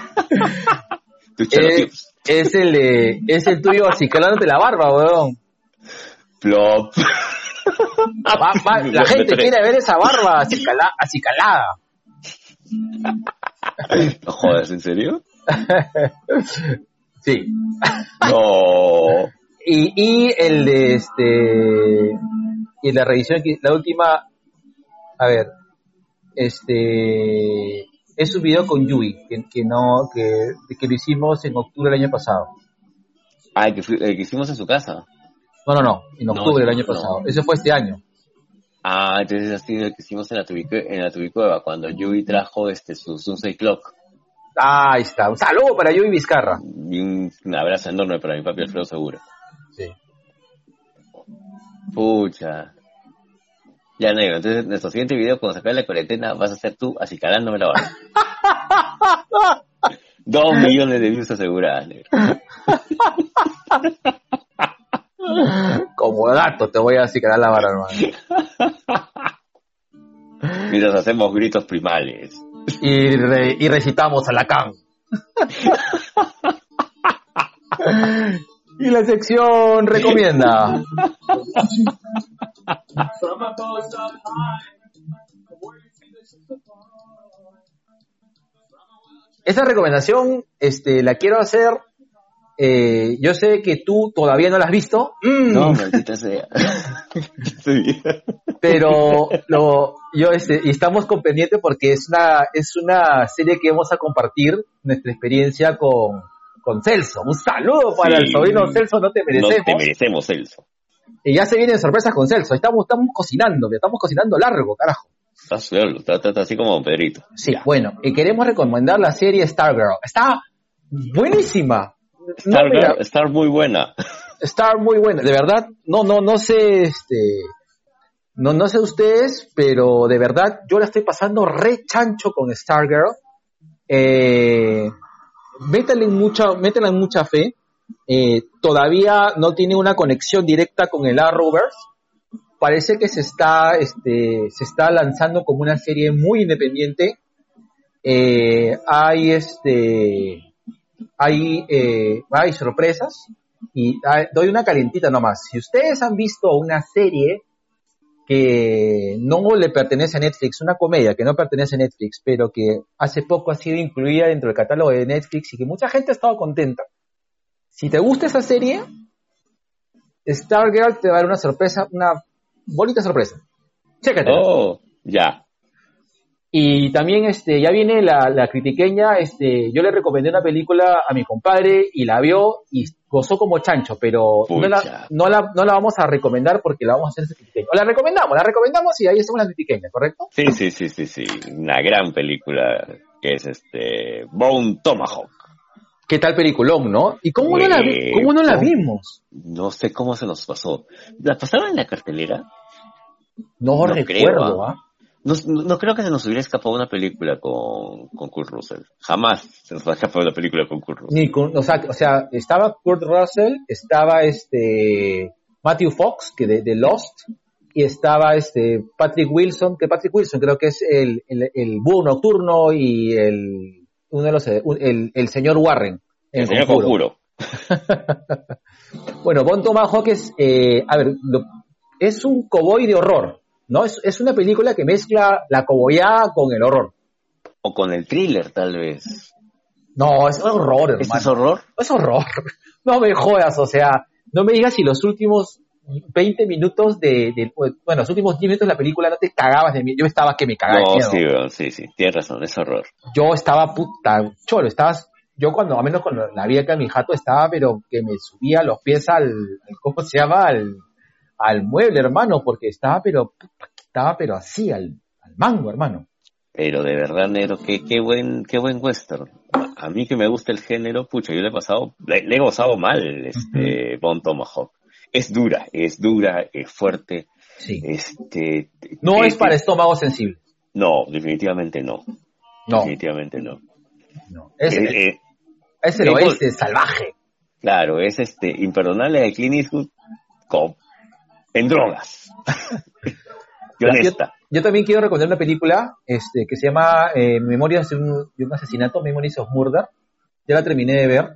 Es el tuyo acicalándote la barba, weón. Plop. La gente quiere ver esa barba acicalada. No jodas, ¿en serio? Sí. No. Y el de y la revisión, la última, a ver, es un video con Yui, que lo hicimos en octubre del año pasado. Ah, el que hicimos en su casa. No, en octubre del año pasado. Ese fue este año. Ah, entonces es así el que hicimos en la Tubicueva, cuando Yui trajo su Sunset Clock. Ah, ahí está. Un saludo para Yui Vizcarra. Y un abrazo enorme para mi papi Alfredo Segura. Sí. Pucha. Ya, negro, entonces en nuestro siguiente video, cuando se acabe la cuarentena, vas a ser tú acicalándome la barba. 2 millones de views aseguradas, negro. Como dato te voy a acicalar la barba, hermano. Mientras hacemos gritos primales. Y recitamos a Lacan. Y la sección recomienda. Esta recomendación la quiero hacer. Yo sé que tú todavía no la has visto. No, maldita sea. Sí. Pero y estamos con pendiente porque es una serie que vamos a compartir nuestra experiencia con Celso. Un saludo para el sobrino Celso, no te merecemos. No te merecemos, Celso. Y ya se vienen sorpresas con Celso. Estamos cocinando largo, carajo. Está suelo, está así como Pedrito. Sí, ya. Bueno, y queremos recomendar la serie Stargirl. Está buenísima. Star muy buena. Star muy buena, de verdad. No sé, no sé ustedes, pero de verdad yo la estoy pasando re chancho con Stargirl. Métela en mucha fe. Todavía no tiene una conexión directa con el Arrowverse. Parece que se está lanzando como una serie muy independiente. Hay sorpresas y doy una calientita nomás. Si ustedes han visto una serie que no le pertenece a Netflix, una comedia que no pertenece a Netflix, pero que hace poco ha sido incluida dentro del catálogo de Netflix y que mucha gente ha estado contenta. Si te gusta esa serie, Stargirl te va a dar una sorpresa, una bonita sorpresa. Chécate. Oh, ya. Y también ya viene la critiqueña, yo le recomendé una película a mi compadre y la vio y gozó como chancho, pero no la vamos a recomendar porque la vamos a hacer esa critiqueña. O la recomendamos y ahí hacemos la critiqueña, ¿correcto? Sí. Una gran película que es Bone Tomahawk. ¿Qué tal peliculón, no? ¿Y cómo no la vimos? No sé cómo se nos pasó. ¿La pasaron en la cartelera? No recuerdo, ¿ah? No creo que se nos hubiera escapado una película con Kurt Russell. Jamás se nos va a escapar una película con Kurt Russell. O sea, estaba Kurt Russell, estaba Matthew Fox, que de Lost, y estaba Patrick Wilson, creo que es el búho nocturno y el señor Warren. El señor Conjuro. Bueno, Bone Tomahawk es un cowboy de horror. ¿No? Es una película que mezcla la coboyada con el horror. O con el thriller, tal vez. No, es horror, hermano. ¿Es horror? Es horror. No me jodas, o sea, no me digas si los últimos 20 minutos los últimos 10 minutos de la película no te cagabas de miedo. Yo estaba que me cagaba de miedo. Sí, tienes razón, es horror. Yo estaba cholo, yo cuando la vi acá en mi jato estaba, pero que me subía los pies ¿cómo se llama? Al mueble, hermano, porque estaba pero así, al mango, hermano. Pero de verdad, negro, qué buen western. A mí que me gusta el género, pucha, yo le he gozado mal, Bone Tomahawk. Es dura, es fuerte. Sí. No es para estómago sensible. No, definitivamente no. Definitivamente no. No. Es el oeste salvaje. Claro, es imperdonable de Clint Eastwood en drogas. Y honesta. Yo también quiero recomendar una película que se llama Memorias de un asesinato, Memories of Murder. Ya la terminé de ver.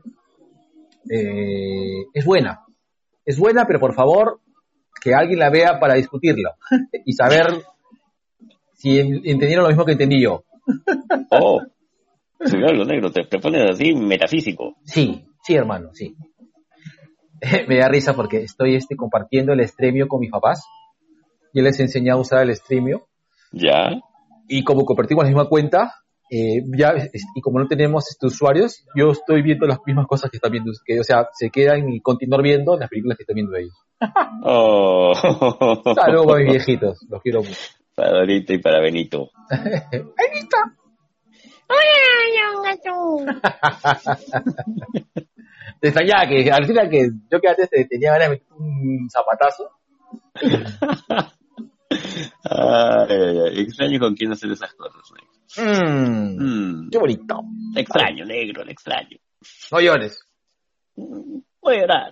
Es buena, pero por favor que alguien la vea para discutirla y saber si entendieron lo mismo que entendí yo. Oh, señor Lo Negro, te pones así metafísico. Sí, hermano, sí. Me da risa porque estoy compartiendo el Stremio con mis papás. Yo les he enseñado a usar el Stremio. Ya. Y como compartimos la misma cuenta, y como no tenemos usuarios, yo estoy viendo las mismas cosas que están viendo, o sea, se quedan y continuar viendo las películas que están viendo ellos. Oh. Saludos para mis viejitos, los quiero mucho. Para Dorita y para Benito. ¡Benito! Te extrañaba que al final que yo que antes tenía ganas de meter un zapatazo. Extraño con quién hacer esas cosas, negro. Qué bonito. Extraño, negro, le extraño. No llores. Voy a llorar.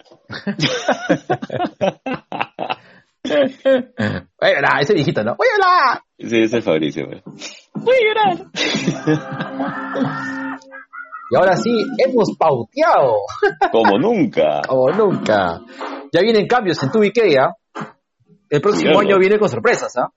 Voy a llorar, ese viejito, ¿no? Voy a llorar. Sí, ese es Fabricio. Voy a llorar. Y ahora sí, hemos pauteado. Como nunca. Ya vienen cambios en tu IKEA. El próximo año viene con sorpresas, ¿ah?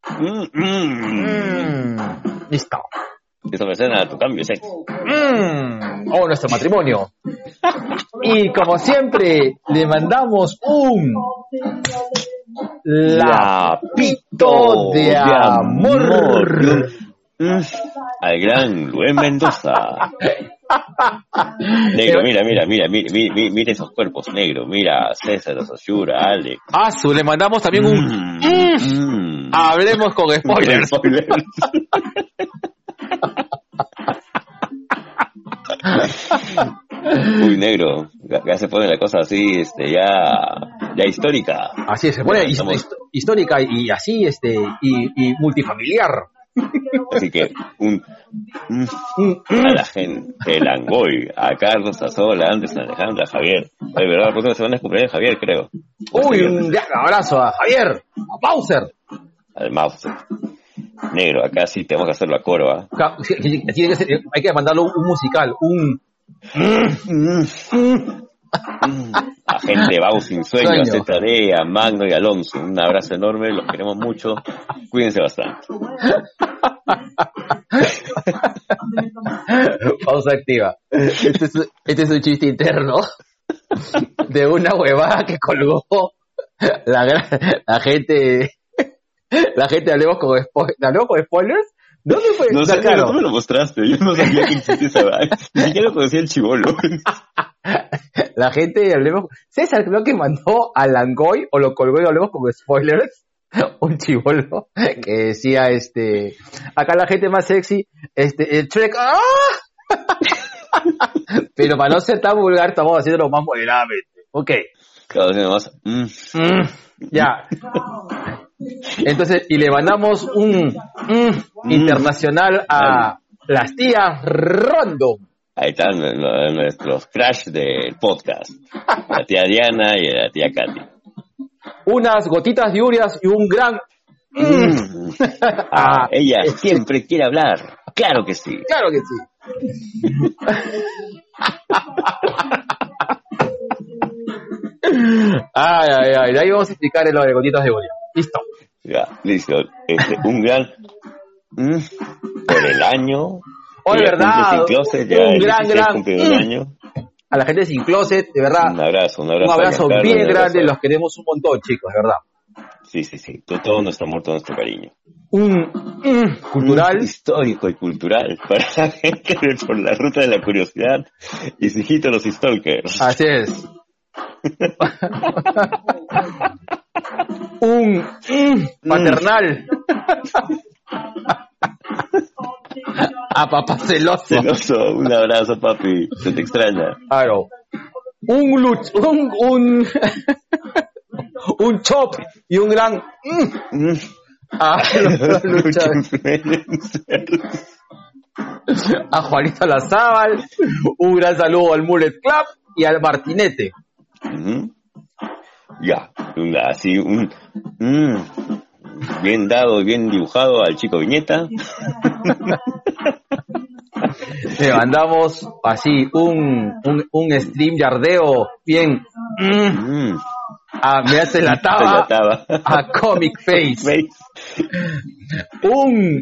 Listo. Eso me suena a tu cambio, sex. Nuestro matrimonio. Y como siempre, le mandamos un lapito de amor al gran Luis Mendoza. Negro, mira esos cuerpos, negro. Mira César, Osura, Alex. Le mandamos también un hablemos con spoilers. Uy, negro, ya se pone la cosa así, ya histórica. Así es, se pone histórica y así, y multifamiliar. Así que a la gente de Langoy, a Carlos, a Sola, Andrés, a Alejandra, a Javier. De verdad, la próxima semana es cumpleaños de Javier, creo. Uy, un gran abrazo a Javier, a Bowser. Al Mauser. Negro, acá sí tenemos que hacerlo a coro, ¿ah? Hay que mandarlo un musical, a gente de Bau Sin Sueño, a ZD, a Magno y a Alonso. Un abrazo enorme, los queremos mucho. Cuídense bastante. Pausa activa. Este es un chiste interno de una huevada que colgó la gente. La gente hablemos con spoilers. ¿Dónde fue? No sé, tú me lo mostraste. Yo no sabía que existía esa vaina. Ni siquiera conocía el chibolo. La gente de Hablemos... César creo que mandó a Langoy, o lo colgó y Hablemos con spoilers, un chibolo que decía, acá la gente más sexy, el Shrek, pero para no ser tan vulgar, estamos haciéndolo más moderadamente. Ok. Cada vez más. Ya. Entonces, y le mandamos un internacional a las tías Random. Ahí están nuestros crash del podcast. La tía Diana y la tía Katy. Unas gotitas de urias y un gran... Ella siempre quiere hablar. Claro que sí. Claro que sí. Ay. De ahí vamos a explicar lo de gotitas de uria. Listo. Ya, listo. Un gran... por el año... Hoy, verdad, closet, un gran año. A la gente sin closet, de verdad. Un abrazo bien grande, los queremos un montón, chicos, de verdad. Sí. Todo nuestro amor, todo nuestro cariño. Cultural. Histórico y cultural para la gente por la ruta de la curiosidad y Sigito los stalkers. Así es. Paternal. A papá celoso. Un abrazo, papi. Se te extraña. Claro. Un chop y un gran los luchadores. a Juanito Lazábal, un gran saludo al Mullet Club y al Martinete. Ya, así bien dado, bien dibujado al Chico Viñeta. Le mandamos así un stream yardeo bien a Mirate la Taba, a Comic Face. Un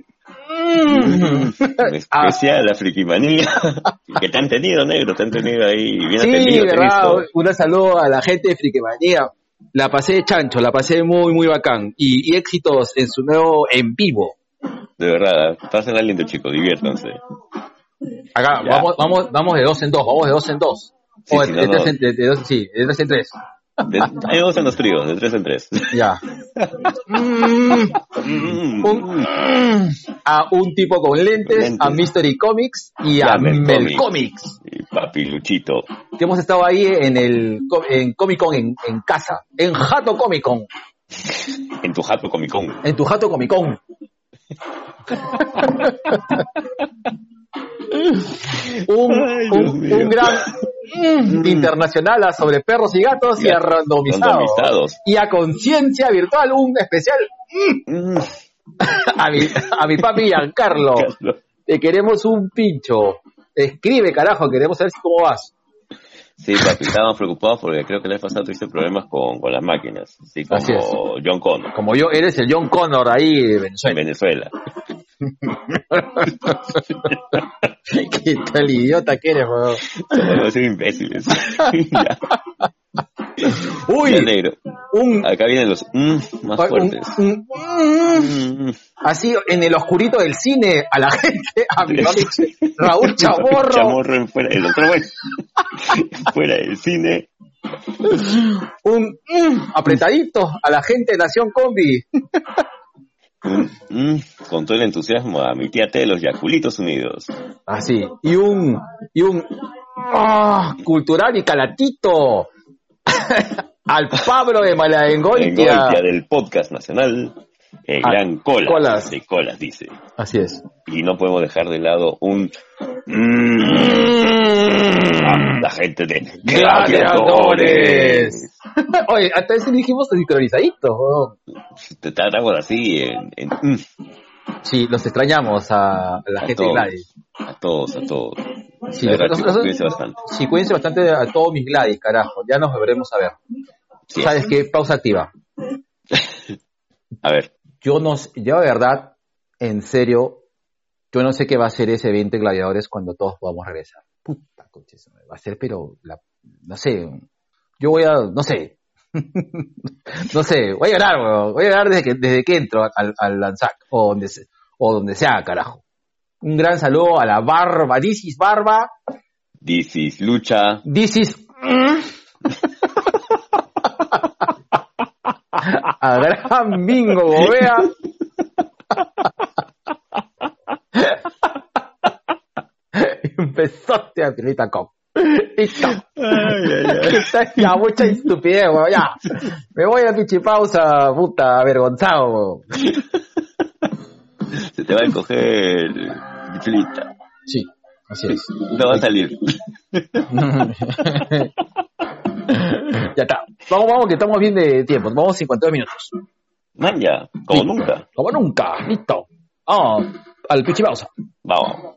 especial la frikimanía que te han tenido, negro, te han tenido ahí bien sí, atendido. Verdad, un saludo a la gente de frikimanía. La pasé chancho, la pasé muy muy bacán y éxitos en su nuevo en vivo. De verdad, pásenla lindo, chicos, diviértanse. Acá vamos de 2 en 2, vamos de 2 en 2. Sí, de 3 en 3. Hay 2 en los tríos, de 3 en 3. Ya. A un tipo con lentes, a Mystery Comics y a Mel Comics. Y Papi Luchito. Que hemos estado ahí en Comic Con en casa, en Jato Comic Con. En tu Jato Comic Con. En tu Jato Comic Con. un gran internacional sobre perros y gatos y a randomizados. Y a conciencia virtual, un especial a mi papi Giancarlo. Te queremos un pincho. Escribe, carajo, queremos saber cómo vas. Sí, papi, estábamos preocupados porque creo que el año pasado tuviste problemas con las máquinas, sí, como John Connor. Como yo, eres el John Connor ahí de Venezuela. ¿Qué tal idiota que eres, weón? Somos imbéciles. Uy, negro. Acá vienen los más fuertes. Así, en el oscurito del cine, a la gente, a mi Raúl Chamorro. Chamorro fuera del otro, fuera del cine. Un apretadito a la gente de Nación Combi. Con todo el entusiasmo a mi tía T de los Yaculitos Unidos. Así, y un cultural y calatito al Pablo de Malaengoitia del podcast nacional, el gran Colas de Colas, dice. Así es. Y no podemos dejar de lado la gente de Gladiadores. Oye, hasta ese dijimos sincronizaditos. Te tratamos así Sí, los extrañamos a la gente de Gladys. A todos. Sí, cuídense bastante. Sí, cuídense bastante a todos mis Gladys, carajo. Ya nos volveremos a ver. Sí. ¿Sabes qué? Pausa activa. A ver. Yo de verdad, en serio, yo no sé qué va a ser ese evento de Gladiadores cuando todos podamos regresar. Puta coche, va a ser, pero no sé. Yo no sé. No sé, voy a llorar desde que entro al Lanzac o donde sea, carajo. Un gran saludo a la Barba, This is Barba. This is Lucha. This is a gran Bingo Gobea. Y un besote a Pilita Cop. Listo. Ya, mucha estupidez, weón. Ya. Me voy a pichipausa, puta, avergonzado. Se te va a encoger Pilita. Sí, así es. No va a salir. Ya está. Vamos, que estamos bien de tiempo. Vamos 52 minutos. Man, ya. Como sí, nunca. Como nunca. Listo. Al pichipausa. Vamos.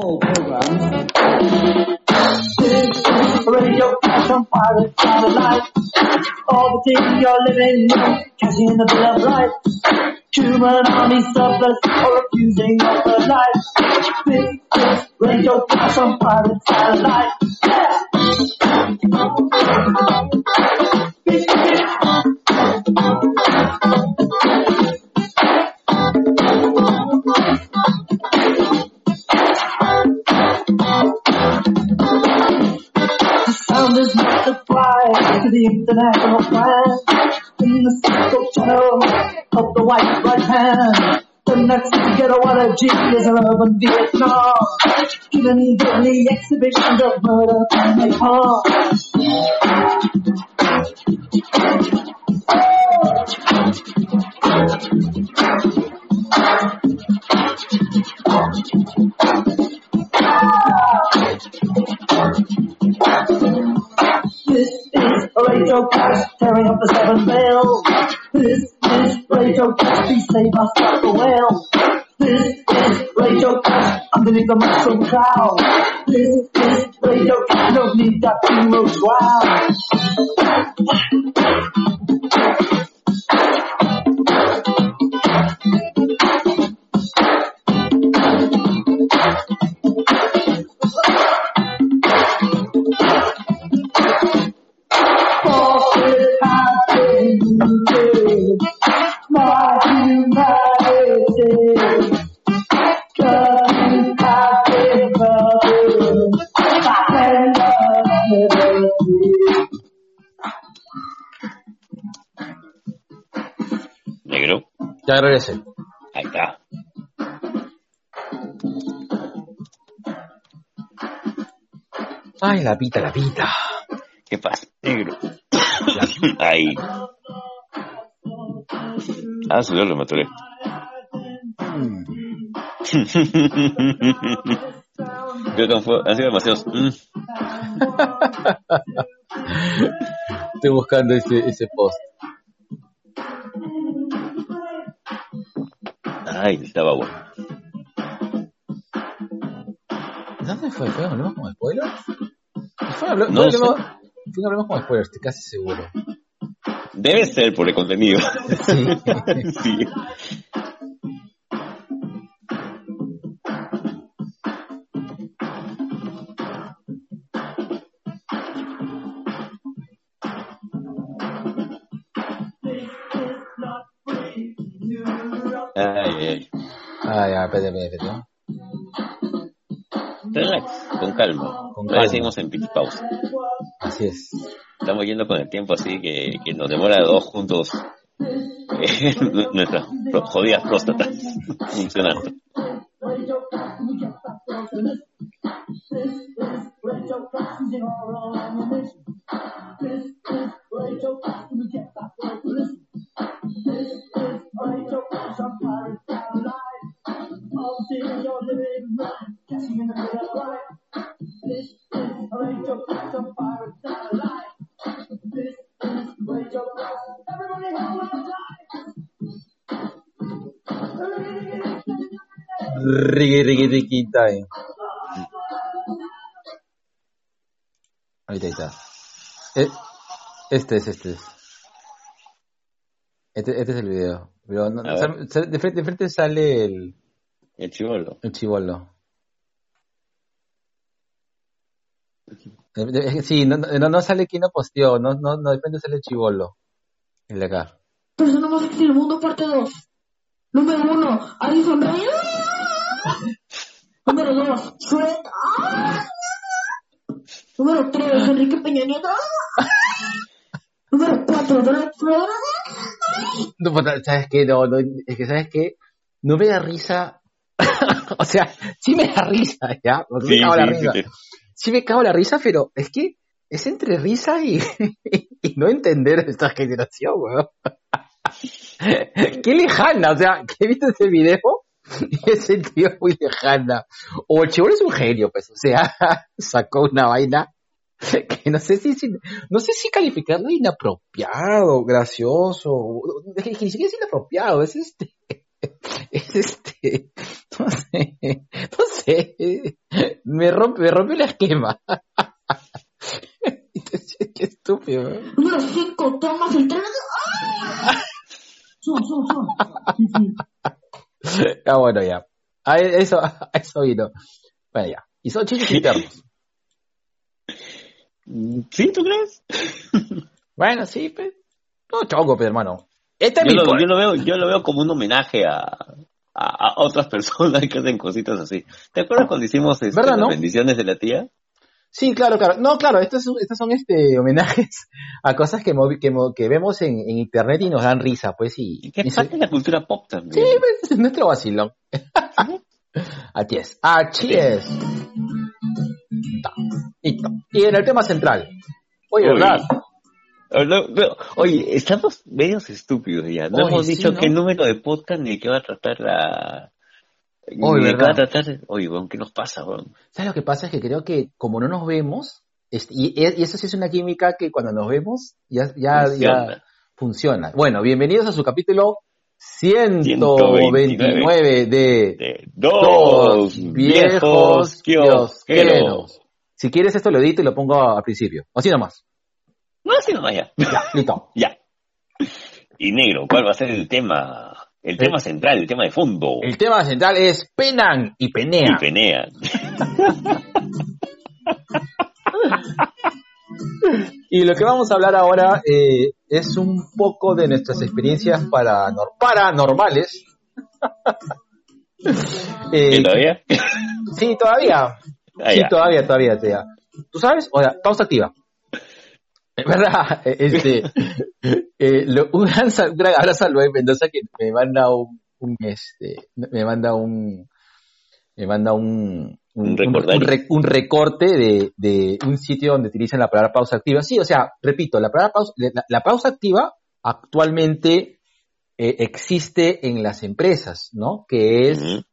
Radio some pirate satellite. All the things you're living, catching the bill of rights. Human army surplus or refusing of the life. Big radio some pirate satellite. Sound is multiplied to the international plan. In the Cisco channel of the white right hand. The next together what a G is an urban Vietnam. Giving deadly exhibitions of murder and napalm. tearing up the seven bells. This is Radio Cosby, save us from the well. This is Radio Cosby, underneath the mushroom cloud. This is Radio Cosby, no need that hero ground. Negro. Ya regresé. Ahí está. Ay, la pita. ¿Qué pasa, negro? Ahí. Ah, subió, lo maturé. Creo que han sido demasiados. Estoy buscando ese post. Ay, estaba bueno. ¿Dónde fue? ¿Fue hablamos con spoilers? No sé. Fue hablamos con spoilers, estoy casi seguro. Debe ser por el contenido. Sí. Sí. Ay. Ah, ya, espérate. Relax, con calma. Todavía seguimos en pausa. Así es. Estamos yendo con el tiempo así que nos demora 2 juntos nuestras jodidas próstatas funcionando. Ricky time. Ahí está. Este es. Este es el video. Pero no, de frente sale el chibolo. El chibolo. Sí, no sale quien no posteó. No, de frente sale el chibolo. El de acá. Persona más sexy del mundo, parte 2. Número 1, Alison Rey. Número 2, Shrek. Número 3, Enrique Peña Nieto. Número 4, Donald Trump. No, ¿sabes qué? No, es que ¿sabes qué? No me da risa. O sea, sí me da risa, ¿ya? Sí, me cago la risa. Sí me cago la risa, pero es que es entre risa y no entender esta generación, weón. Qué lejana, o sea, que he visto ese video y he sentido muy lejana. O el chibolo es un genio, pues, o sea, sacó una vaina que no sé si calificarlo inapropiado, gracioso, que ni siquiera es inapropiado, no sé, me rompe el esquema. Qué estúpido. Número 5, Thomas el tren. Ah, bueno, ya. Eso vino. Bueno, ya. Y son chistes internos. ¿Sí, tú crees? Bueno, sí, pero no chongo, pero hermano. Yo lo veo como un homenaje a otras personas que hacen cositas así. ¿Te acuerdas cuando hicimos las bendiciones de la tía? Sí, claro. No, claro, estos son homenajes a cosas que vemos en internet y nos dan risa, pues. Y que es parte de la cultura pop también. Sí, pues, es nuestro vacilón. Así es. Listo. Y en el tema central. Oye, ¿verdad? Oye, estamos medios estúpidos ya. No hemos dicho qué número de podcast ni qué va a tratar la... Oye, ¿verdad? Oye, weón, ¿qué nos pasa, weón? ¿Sabes lo que pasa? Es que creo que como no nos vemos, y eso sí es una química que cuando nos vemos ya funciona. Bueno, bienvenidos a su capítulo 129 de Dos viejos kiosqueros. Si quieres esto lo edito y lo pongo al principio. O así nomás. No, así nomás ya. Ya, listo. Ya. Y negro, ¿cuál va a ser el tema? El tema central, el tema de fondo. El tema central es penan y penean. Y penean. Y lo que vamos a hablar ahora es un poco de nuestras experiencias paranormales. ¿Todavía? Sí, todavía. Sí, todavía. ¿Tú sabes? O sea, pausa activa. Es verdad, un gran abrazo a Luis Mendoza que me manda un recorte de un sitio donde utilizan la palabra pausa activa. Sí, o sea, repito, la pausa activa actualmente existe en las empresas, ¿no? Que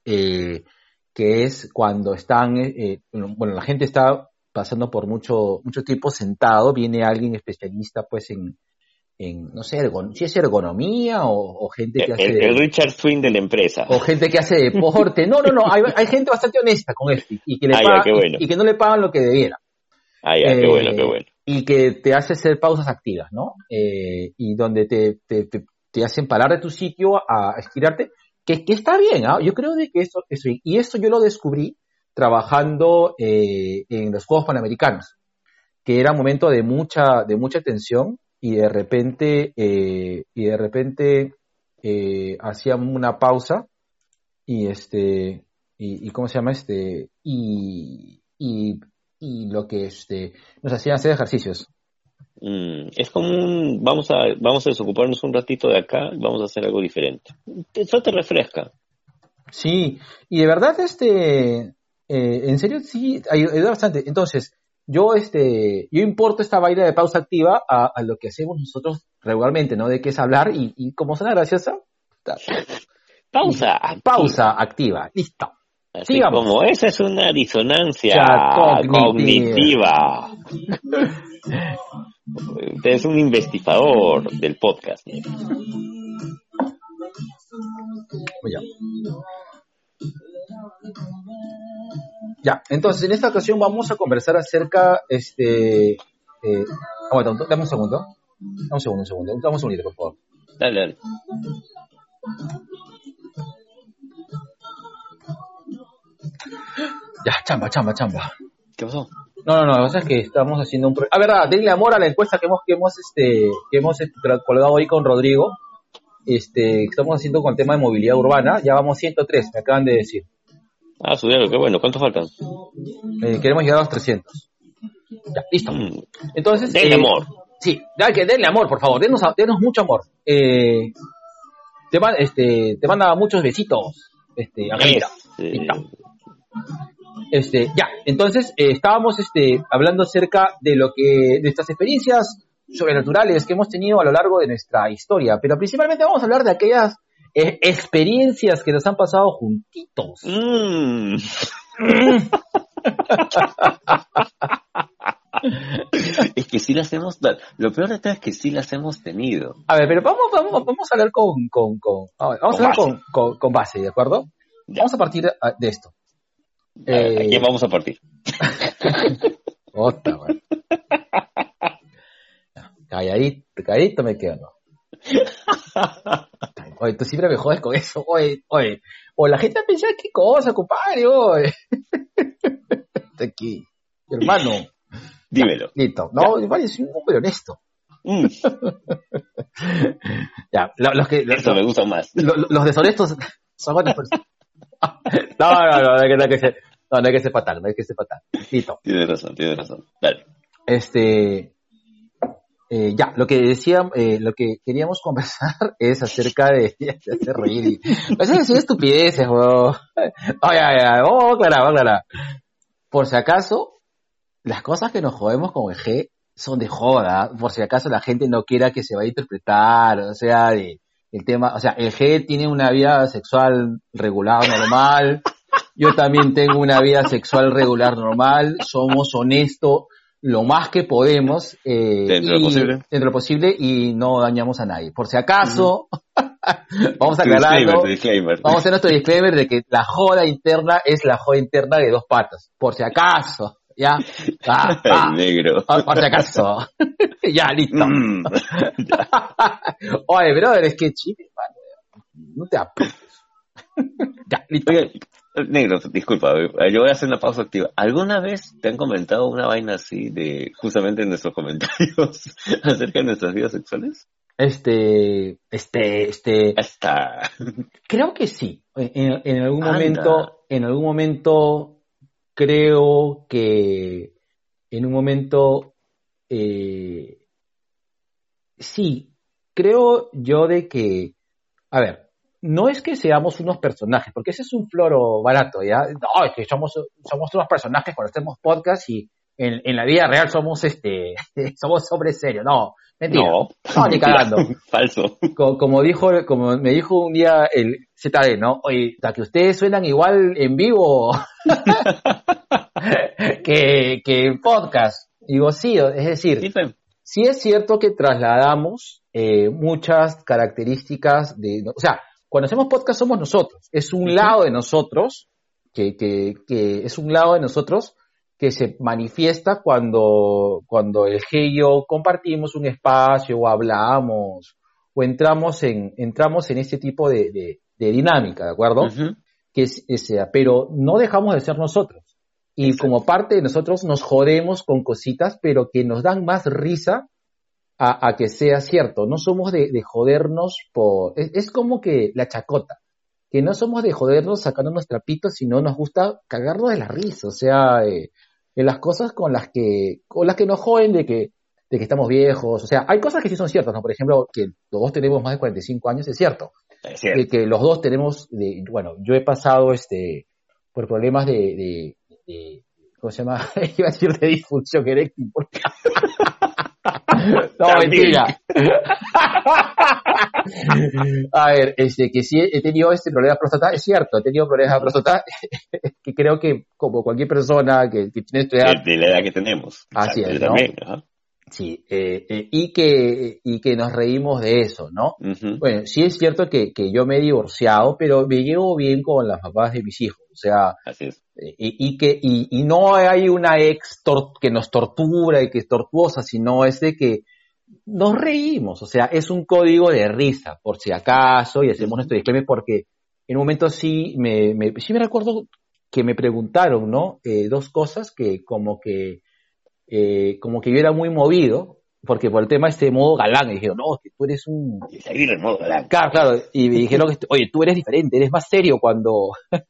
es cuando están, la gente está pasando por mucho tiempo sentado, viene alguien especialista pues en no sé, si es ergonomía o gente que hace... El Richard Swing de la empresa. O gente que hace deporte. No, hay gente bastante honesta con esto y que y que no le pagan lo que debiera. Qué bueno. Y que te hace hacer pausas activas, ¿no? Y donde te hacen parar de tu sitio a estirarte, que está bien, ¿ah? Yo creo de que eso y esto yo lo descubrí trabajando en los Juegos Panamericanos, que era un momento de mucha tensión y de repente hacían una pausa y ¿cómo se llama? Y lo que nos hacían hacer ejercicios. Es como vamos a desocuparnos un ratito de acá y vamos a hacer algo diferente. Eso te refresca. Sí, y de verdad en serio sí ayuda bastante. Entonces, yo importo esta vaina de pausa activa a lo que hacemos nosotros regularmente, ¿no? De qué es hablar y como suena graciosa. Pausa activa. Listo. Así sigamos. Como esa es una disonancia cognitiva. Usted es un investigador del podcast. Ya, entonces en esta ocasión vamos a conversar acerca, dame un segundo. Dame un segundito, por favor. Dale. Ya, chamba. ¿Qué pasó? No, lo que pasa es que estamos haciendo un... verdad, denle amor a la encuesta que hemos colgado hoy con Rodrigo. Estamos haciendo con el tema de movilidad urbana. Ya vamos 103, me acaban de decir. Su diablo, qué bueno. ¿Cuántos faltan? Queremos llegar a los 300. Ya, listo. Entonces... denle amor. Sí, denle amor, por favor. Denos mucho amor. Te manda muchos besitos, Angelita. Ya, entonces estábamos hablando acerca de nuestras experiencias sobrenaturales que hemos tenido a lo largo de nuestra historia, pero principalmente vamos a hablar de aquellas experiencias que nos han pasado juntitos. Es que sí las hemos... Lo peor de todo es que sí las hemos tenido. A ver, pero vamos a hablar con base, ¿de acuerdo? Ya. Vamos a partir de esto. ¿A quién vamos a partir? Otra, güey. Calladito me quedo, ¿no? Oye, tú siempre me jodes con eso, oye. O la gente piensa, ¿qué cosa, compadre? Oye. Aquí, hermano. Dímelo. Listo. No, vale, soy un hombre honesto. Ya, Esto me gusta más. Los deshonestos son otras personas. No hay que ser fatal. Listo. Tienes razón. Dale. Ya, lo que queríamos conversar es acerca de hacer reír. No sé decir estupideces, weón. Vamos a aclarar. Por si acaso, las cosas que nos jodemos con el G son de joda. Por si acaso la gente no quiera que se vaya a interpretar, o sea, el tema, o sea, el G tiene una vida sexual regular, normal. Yo también tengo una vida sexual regular, normal. Somos honestos. lo más que podemos dentro de lo posible y no dañamos a nadie. Por si acaso, vamos a aclararlo. Vamos a hacer nuestro disclaimer de que la joda interna es la joda interna de dos patas. Por si acaso, ya. Negro. Por si acaso. Ya, listo. Oye, brother, es que chile, mano. No te apures. Ya, listo. Oye, negro, disculpa, yo voy a hacer una pausa activa. ¿Alguna vez te han comentado una vaina así de justamente en nuestros comentarios acerca de nuestras vidas sexuales? Creo que sí. En algún momento creo que sí, creo yo de que, a ver, no es que seamos unos personajes, porque ese es un floro barato, ¿ya? No, es que somos unos personajes cuando hacemos podcast y en la vida real somos somos hombres serios. No, mentira. No, ni cagando. Falso. Como me dijo un día el ZD, ¿no? Oye, que ustedes suenan igual en vivo que en podcast. Digo, sí, es decir, sí es cierto que trasladamos muchas características o sea, cuando hacemos podcast somos nosotros, es un lado de nosotros que es un lado de nosotros que se manifiesta cuando el G y yo compartimos un espacio o hablamos o entramos en este tipo de dinámica, ¿de acuerdo? Pero no dejamos de ser nosotros. Y exacto, como parte de nosotros nos jodemos con cositas, pero que nos dan más risa a que sea cierto. No somos de jodernos es como que la chacota, que no somos de jodernos sacando nuestros trapitos, sino nos gusta cagarnos de la risa, o sea, en las cosas con las que nos joden de que estamos viejos. O sea, hay cosas que sí son ciertas, ¿no? Por ejemplo, que los dos tenemos más de 45 años, es cierto. De que los dos tenemos, yo he pasado por problemas de ¿cómo se llama? Iba a decir de disfunción eréctil. No, mentira. A ver, que sí he tenido problemas de próstata, es cierto, he tenido problemas de próstata que creo que como cualquier persona que tiene esta edad, de la edad que tenemos. Así es, ¿no? También, sí, y que nos reímos de eso, ¿no? Uh-huh. Bueno, sí es cierto que yo me he divorciado, pero me llevo bien con las papás de mis hijos, o sea, así es. Y no hay una ex que nos tortura y que es tortuosa, sino es de que nos reímos, o sea, es un código de risa, por si acaso, y hacemos nuestro disclaimer porque en un momento sí me recuerdo que me preguntaron, ¿no? Dos cosas que como que yo era muy movido, porque por el tema modo galán, y dijeron, no, que tú eres un... El modo galán. Claro, y me dijeron, oye, tú eres diferente, eres más serio cuando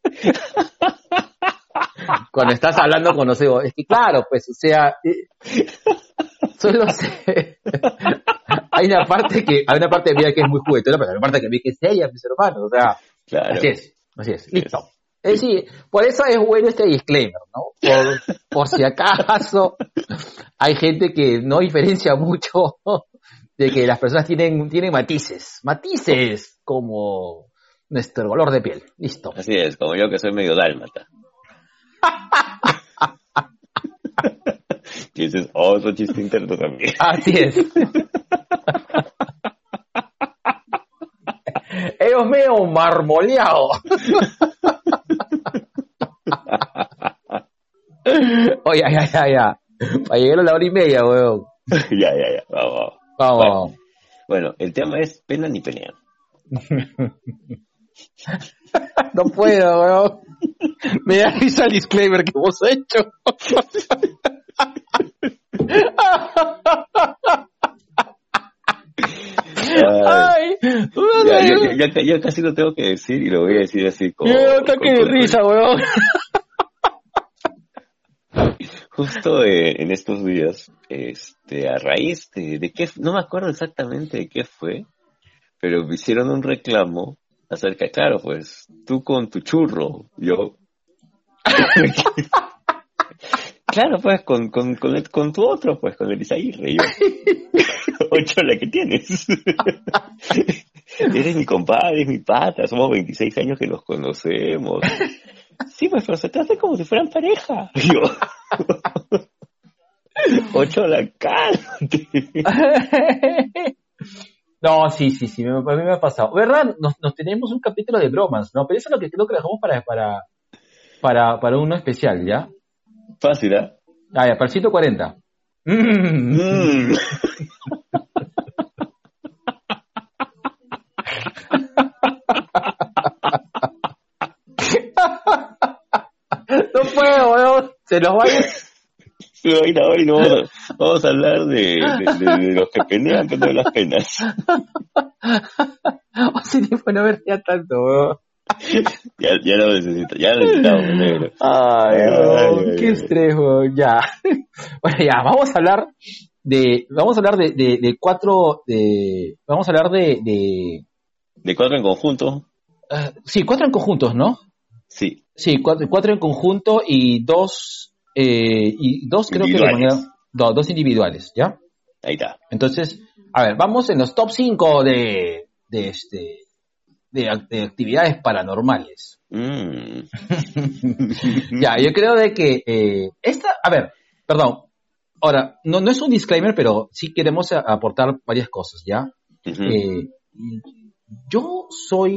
estás hablando con los egos. Es que claro, pues, o sea, solo sé. Hay una parte mía que es muy juguetona, pero hay una parte que a mí que es seria, mis hermanos, o sea, claro. Así es, listo. Es decir, por eso es bueno este disclaimer, ¿no? Por si acaso hay gente que no diferencia mucho de que las personas tienen matices como nuestro color de piel. Listo. Así es, como yo que soy medio dálmata. Y ese es otro chiste interno también. Así es. Ellos medio marmoleado. Oye, ya. Para llegar a la 1:30, weón. Ya. Vamos. Bueno, el tema es pena ni pelea. No puedo, weón. Me da risa el disclaimer que vos has hecho. Ay, yo casi lo tengo que decir y lo voy a decir así como... Yo ataque de risa, weón. Justo en estos días, a raíz de qué, no me acuerdo exactamente de qué fue, pero me hicieron un reclamo acerca, claro, pues, tú con tu churro, yo... Claro, pues, con tu otro, pues, con el Isaíre, yo... Ocho, la que tienes. Eres mi compadre, es mi pata, somos 26 años que nos conocemos. Sí, pues, pero se trata como si fueran pareja. Yo... Ochola, cálmate. No, sí, a mí me ha pasado. ¿Verdad? Nos tenemos un capítulo de bromas, ¿no? Pero eso es lo que creo que dejamos para uno especial, ¿ya? Fácil, ¿eh? Ah, ya, para el 140. No puedo, weón. Se los va a ir. Hoy no vamos a hablar de los que pelean que no de las penas. O sea, no ver ya tanto, weón. Ya lo necesitamos, negro. Ay, qué estrés, weón. Ya. Bueno, ya, vamos a hablar de cuatro, vamos a hablar de cuatro en conjunto. Sí, 4 en conjuntos, ¿no? Sí. Sí, cuatro en conjunto y dos creo que de manera, dos individuales, ¿ya? Ahí está. Entonces, a ver, vamos en los top 5 de actividades paranormales. Ya, yo creo de que ahora, no es un disclaimer, pero sí queremos aportar varias cosas, ¿ya? Uh-huh. Yo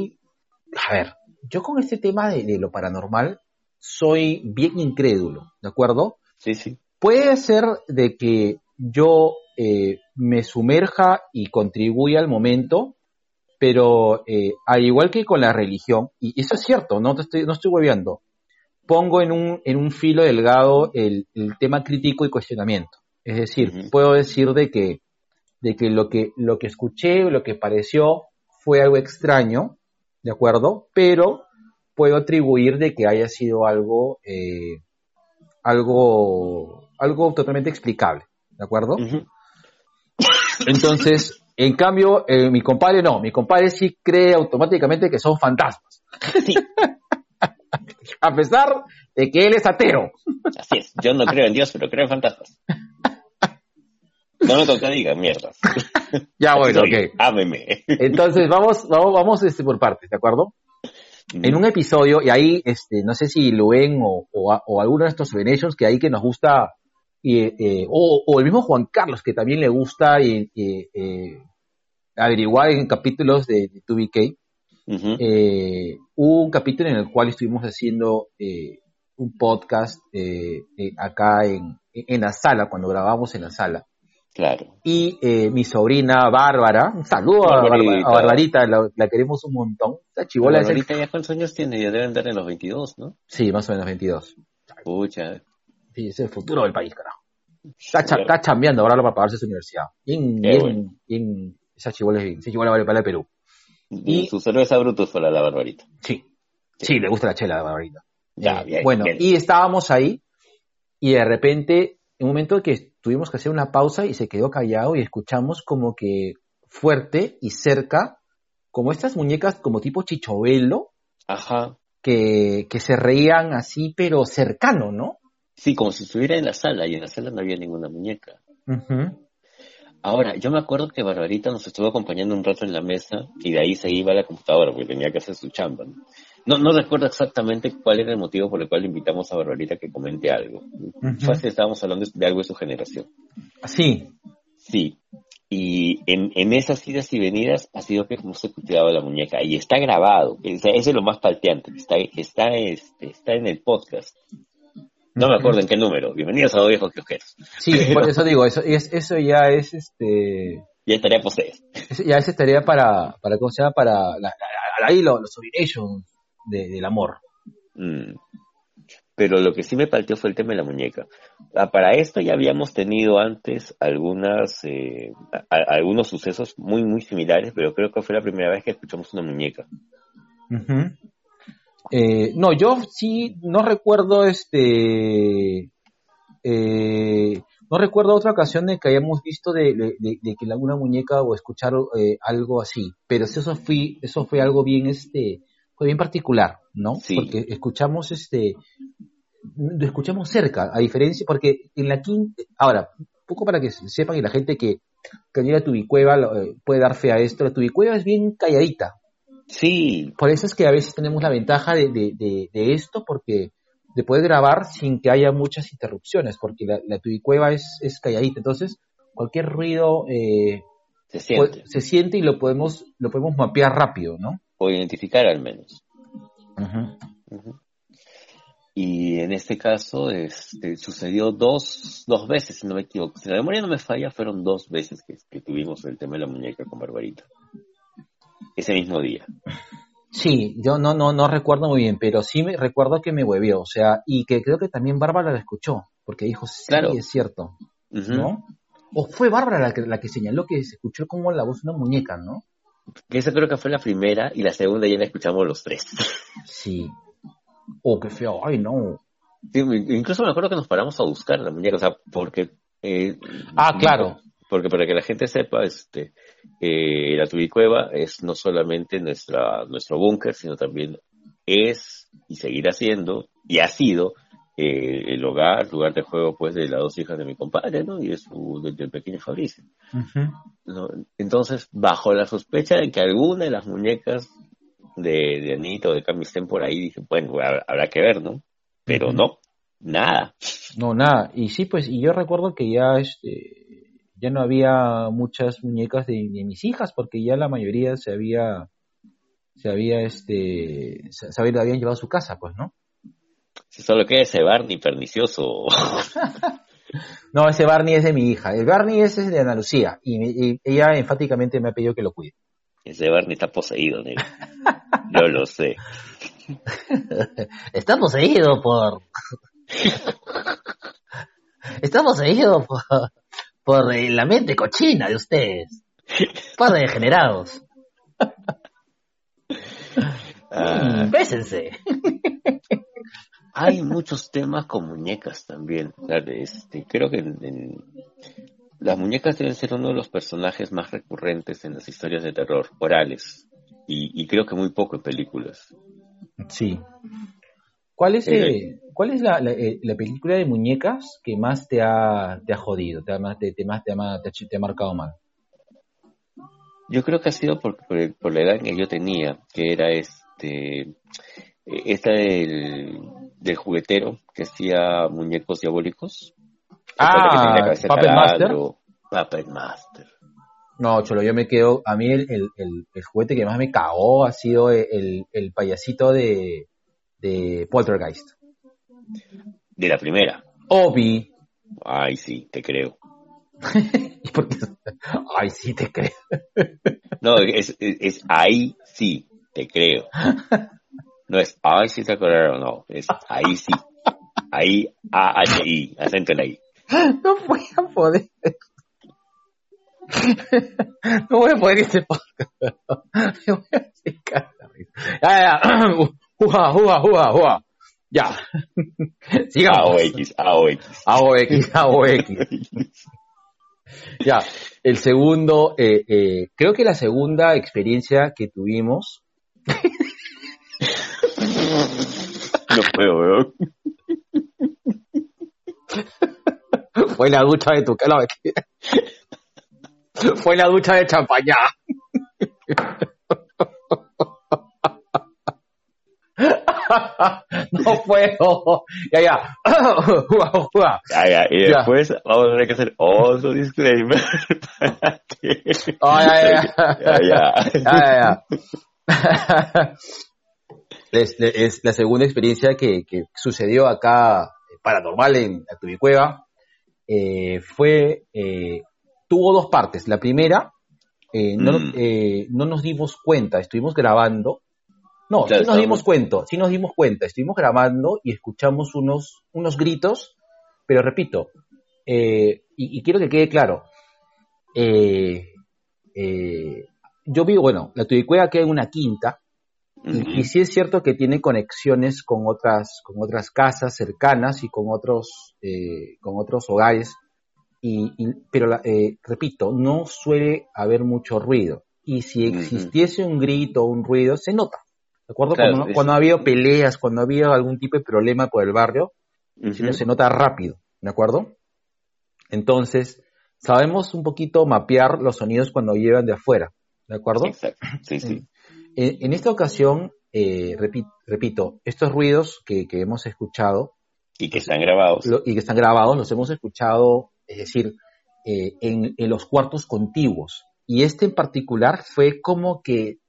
con este tema de lo paranormal soy bien incrédulo, ¿de acuerdo? Sí. Puede ser de que yo me sumerja y contribuya al momento, pero al igual que con la religión, y eso es cierto, no estoy hueveando, pongo en un filo delgado el tema crítico y cuestionamiento. Es decir, uh-huh, puedo decir de que lo que escuché, lo que pareció fue algo extraño, ¿de acuerdo? Pero puedo atribuir de que haya sido algo totalmente explicable, ¿de acuerdo? uh-huh. Entonces, en cambio, mi compadre sí cree automáticamente que son fantasmas. Sí. A pesar de que él es ateo. Así es, yo no creo en Dios, pero creo en fantasmas. No me contradigan, mierdas. Ya, bueno, ok. Ámeme. Entonces, vamos por partes, ¿de acuerdo? En un episodio, y ahí, no sé si Luen o alguno de estos Venations que nos gusta, o el mismo Juan Carlos, que también le gusta averiguar en capítulos de 2BK, hubo un capítulo en el cual estuvimos haciendo un podcast acá en la sala, cuando grabamos en la sala. Claro. Y mi sobrina Bárbara, un saludo a Barbarita, la queremos un montón. Esta chibola Barbarita ya cuántos años tiene, ya deben dar en los 22, ¿no? Sí, más o menos 22. Pucha. Sí, es el futuro del país, carajo. Está chambeando ahora para pagarse su universidad. Bien, esa chibola vale para el Perú. Y su cerveza Brutus para la Barbarita. Sí, le gusta la chela a la Barbarita. Ya, bien. Bueno, bien. Y estábamos ahí, y de repente, en un momento que tuvimos que hacer una pausa y se quedó callado y escuchamos como que fuerte y cerca, como estas muñecas como tipo Chichovelo. Ajá. Que se reían así, pero cercano, ¿no? Sí, como si estuviera en la sala, y en la sala no había ninguna muñeca. Uh-huh. Ahora, yo me acuerdo que Barbarita nos estuvo acompañando un rato en la mesa, y de ahí se iba a la computadora, porque tenía que hacer su chamba, ¿no? No recuerdo exactamente cuál era el motivo por el cual invitamos a Barbarita que comente algo. Uh-huh. Fácil, estábamos hablando de algo de su generación. Sí. Sí. Y en esas idas y venidas ha sido que hemos cuidado la muñeca. Y está grabado. Eso es lo más palteante. Está en el podcast. No me acuerdo en qué número. Bienvenidos a Dos Viejos Kiosqueros. Sí, por eso digo, eso ya es Ya estaría poseído. Ya esa tarea para ¿cómo se llama? Para ahí los Obligations del amor. Pero lo que sí me palteó fue el tema de la muñeca. Para esto ya habíamos tenido antes algunos sucesos muy, muy similares, pero creo que fue la primera vez que escuchamos una muñeca. Uh-huh. No, yo sí no recuerdo no recuerdo otra ocasión de que hayamos visto de que alguna muñeca o escuchar algo así, pero eso fue algo bien fue bien particular, ¿no? Sí. Porque escuchamos cerca, a diferencia, porque en la quinta, ahora, poco para que sepan y la gente que llega a Tubicueva puede dar fe a esto, la Tubicueva es bien calladita. Sí. Por eso es que a veces tenemos la ventaja de esto, porque de poder grabar sin que haya muchas interrupciones, porque la tubicueva es calladita, entonces cualquier ruido se siente y lo podemos mapear rápido, ¿no? O identificar al menos. Uh-huh. Uh-huh. Y en este caso sucedió dos veces, si no me equivoco. Si la memoria no me falla, fueron 2 veces que tuvimos el tema de la muñeca con Barbarita. Ese mismo día. Sí, yo no recuerdo muy bien, pero sí me recuerdo que me huevió, o sea, y que creo que también Bárbara la escuchó, porque dijo, sí, claro, es cierto, uh-huh, ¿no? O fue Bárbara la que señaló que se escuchó como la voz de una muñeca, ¿no? Esa creo que fue la primera, y la segunda ya la escuchamos los 3. Sí. Oh, qué feo, ay no. Sí, incluso me acuerdo que nos paramos a buscar la muñeca, o sea, porque... claro. Porque para que la gente sepa, la tubicueva es no solamente nuestro búnker, sino también es, y seguirá siendo, y ha sido, el lugar de juego, pues, de las 2 hijas de mi compadre, ¿no? Y del pequeño Fabricio. Uh-huh. ¿No? Entonces, bajo la sospecha de que alguna de las muñecas de Anita o de Cami estén por ahí, dije, bueno, habrá que ver, ¿no? Pero uh-huh, no, nada. No, nada. Y sí, pues, y yo recuerdo que ya no había muchas muñecas de mis hijas, porque ya la mayoría se habían llevado a su casa, pues, ¿no? Si solo queda ese Barney pernicioso. No, ese Barney es de mi hija. El Barney ese es de Ana Lucía, y ella enfáticamente me ha pedido que lo cuide. Ese Barney está poseído, negro. Yo lo sé. Está poseído por la mente cochina de ustedes. Par de degenerados. Bésense. Hay muchos temas con muñecas también. Creo que las muñecas deben ser uno de los personajes más recurrentes en las historias de terror orales. Y creo que muy poco en películas. Sí. ¿Cuál es la película de muñecas que más te ha jodido, te ha marcado mal? Yo creo que ha sido por la edad que yo tenía, que era esta del juguetero que hacía muñecos diabólicos. Puppet Master. Puppet Master. No, Cholo, yo me quedo, a mí el juguete que más me cagó ha sido el payasito de Poltergeist. De la primera. Obi. Ay, sí, te creo. ¿Por qué? Ay, sí, te creo. No, es ahí sí, te creo. No es ay, sí te creo, no, es ahí sí. Ahí, A-H-I, acento en ahí. No voy a poder. No voy a poder irse podcast. Me voy a secar la risa. Ya. Juga. Ya. Sigamos. AOX. Ya. El segundo, creo que la segunda experiencia que tuvimos. No puedo, weón. Fue la ducha de tu cara. Fue la ducha de champañá. No puedo. Ya. Juga. Ya. Y después vamos a tener que hacer otro disclaimer. Ya. Es la segunda experiencia que sucedió acá paranormal en la Tubicueva. Tuvo 2 partes. La primera, no nos dimos cuenta, estuvimos grabando. No, claro, sí nos dimos cuenta, estuvimos grabando y escuchamos unos gritos, pero repito, y quiero que quede claro, yo vi, la Tubicueva queda en una quinta, y sí es cierto que tiene conexiones con otras casas cercanas y con otros hogares, pero repito, no suele haber mucho ruido, y si existiese un grito o un ruido, se nota. ¿De acuerdo? Claro, cuando ha habido peleas, cuando ha habido algún tipo de problema por el barrio, se nota rápido, ¿de acuerdo? Entonces, sabemos un poquito mapear los sonidos cuando llegan de afuera, ¿de acuerdo? Exacto. Sí. En esta ocasión, repito, estos ruidos que hemos escuchado y que están grabados los hemos escuchado, es decir, en los cuartos contiguos, y este en particular fue como que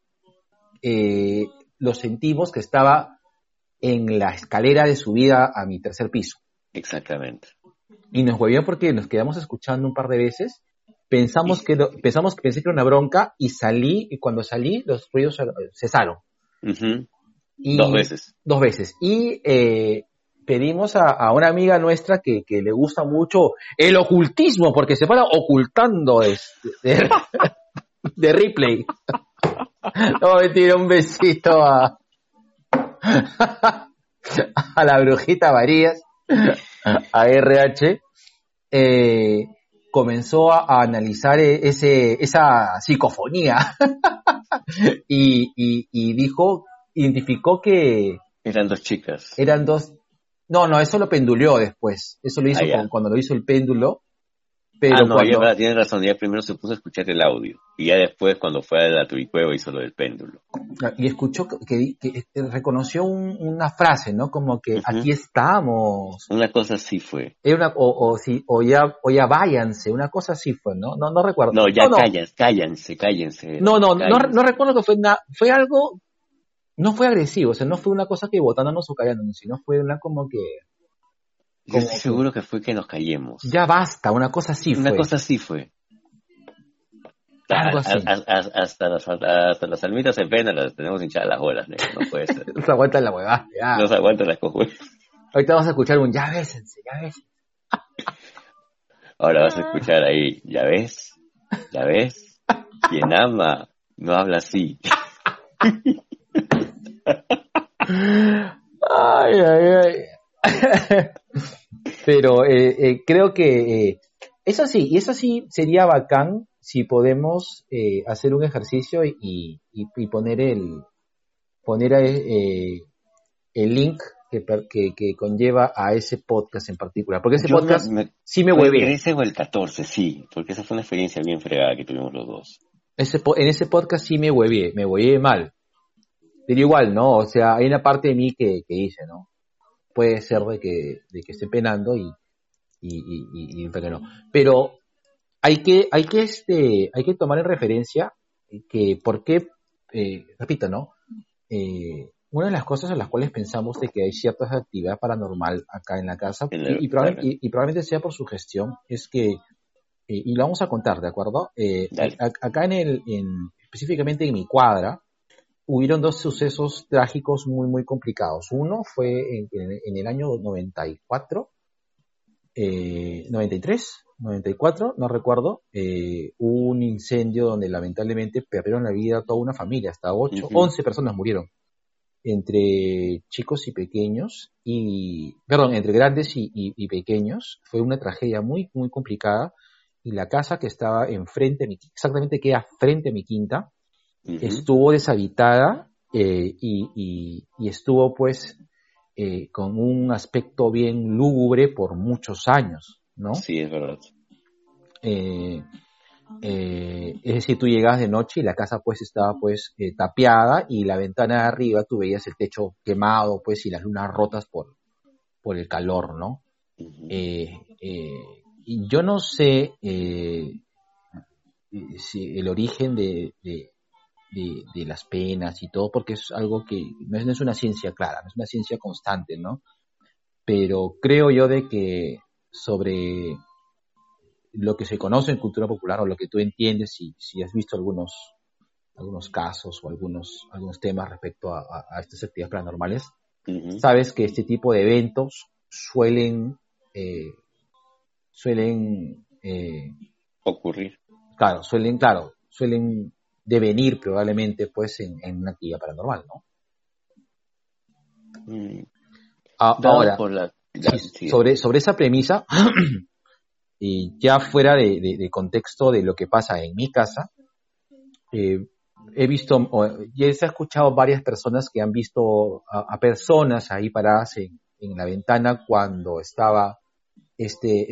lo sentimos que estaba en la escalera de subida a mi tercer piso. Exactamente. Y nos huevió porque nos quedamos escuchando un par de veces. Pensé que era una bronca y salí, y cuando salí los ruidos cesaron. Uh-huh. Y, 2 veces. 2 veces. Y pedimos a una amiga nuestra que le gusta mucho el ocultismo, porque se para ocultando de Ripley. No, me tiró un besito a la brujita Marías, a RH. Comenzó a analizar esa psicofonía y identificó que eran 2 chicas. Eran 2. No, eso lo penduleó después. Eso lo hizo cuando lo hizo el péndulo. Pero ella tiene razón. Ella primero se puso a escuchar el audio y ya después, cuando fue a la Turicueva, hizo lo del péndulo. Y escuchó que reconoció una frase, ¿no? Como que aquí estamos. Una cosa así fue. O ya váyanse. Una cosa así fue, ¿no? No recuerdo. No, ya cállense. No recuerdo que fue algo. No fue agresivo, o sea, no fue una cosa que botándonos o callándonos, sino fue una como que... Yo estoy seguro que fue que nos callemos. Ya basta, una cosa así fue. Una cosa así fue. Algo así. Hasta las almitas en pena las tenemos hinchadas las bolas, ¿no? No puede ser. No se aguantan la huevada. No se aguantan las cojuelas. Ahorita vamos a escuchar un ya bésense. Ahora vas a escuchar ahí, ¿ya ves? Quien ama no habla así. Ay. Pero creo que eso sí sería bacán si podemos hacer un ejercicio y poner el link que conlleva a ese podcast en particular, porque ese podcast sí me huevé. El 13 o el 14, sí, porque esa fue una experiencia bien fregada que tuvimos los dos. En ese podcast sí me huevé mal. Pero igual, ¿no? O sea, hay una parte de mí que dice, ¿no? Puede ser de que esté penando y que no. Pero hay que tomar en referencia que, repito, ¿no? Una de las cosas en las cuales pensamos de que hay cierta actividad paranormal acá en la casa, y probablemente sea por su gestión, es que, y lo vamos a contar, ¿de acuerdo? Acá específicamente en mi cuadra, hubieron 2 sucesos trágicos muy, muy complicados. Uno fue en el año 94, 93, 94, no recuerdo, un incendio donde lamentablemente perdieron la vida toda una familia, hasta 11 personas murieron, entre chicos y pequeños, entre grandes y pequeños. Fue una tragedia muy, muy complicada, y la casa que estaba exactamente queda frente a mi quinta, estuvo deshabitada y estuvo pues con un aspecto bien lúgubre por muchos años, ¿no? Sí, es verdad. Es decir, tú llegabas de noche y la casa pues estaba pues tapiada, y la ventana de arriba tú veías el techo quemado pues y las lunas rotas por el calor, ¿no? Y yo no sé si el origen de las penas y todo, porque es algo que no es una ciencia clara, no es una ciencia constante, ¿no? Pero creo yo de que sobre lo que se conoce en cultura popular, o lo que tú entiendes, si has visto algunos casos o algunos temas respecto a estas actividades paranormales, sabes que este tipo de eventos suelen ocurrir. Claro, suelen devenir probablemente pues en una actividad paranormal, ¿no? Ahora, sobre esa premisa, y ya fuera de contexto de lo que pasa en mi casa, he visto, ya he escuchado varias personas que han visto a personas ahí paradas en la ventana cuando estaba este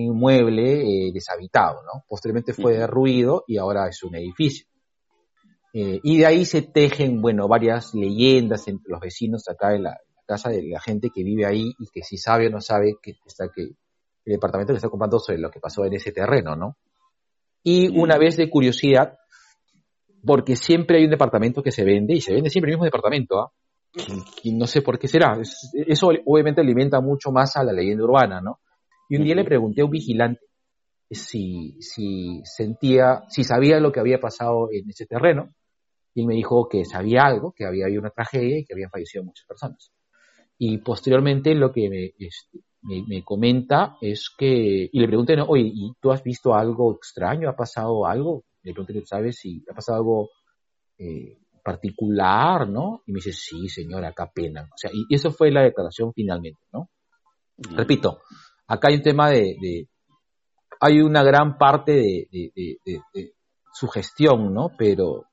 inmueble deshabitado, ¿no? Posteriormente fue derruido y ahora es un edificio. Y de ahí se tejen, bueno, varias leyendas entre los vecinos acá de la casa de la gente que vive ahí y que si sabe o no sabe que el departamento que está comprando sobre lo que pasó en ese terreno, ¿no? Y una vez de curiosidad, porque siempre hay un departamento que se vende, y se vende siempre el mismo departamento, ¿ah? Y no sé por qué será. Eso obviamente alimenta mucho más a la leyenda urbana, ¿no? Y un día le pregunté a un vigilante si sabía lo que había pasado en ese terreno, y me dijo que sabía algo, que había habido una tragedia y que habían fallecido muchas personas. Y posteriormente lo que me comenta es que, y le pregunté, ¿no? Oye, ¿y tú has visto algo extraño? ¿Ha pasado algo? Le pregunté, ¿sabes si ha pasado algo particular, ¿no? Y me dice, sí, señora, acá pena. O sea, y eso fue la declaración finalmente, ¿no? Repito, acá hay un tema hay una gran parte de sugestión, ¿no? Pero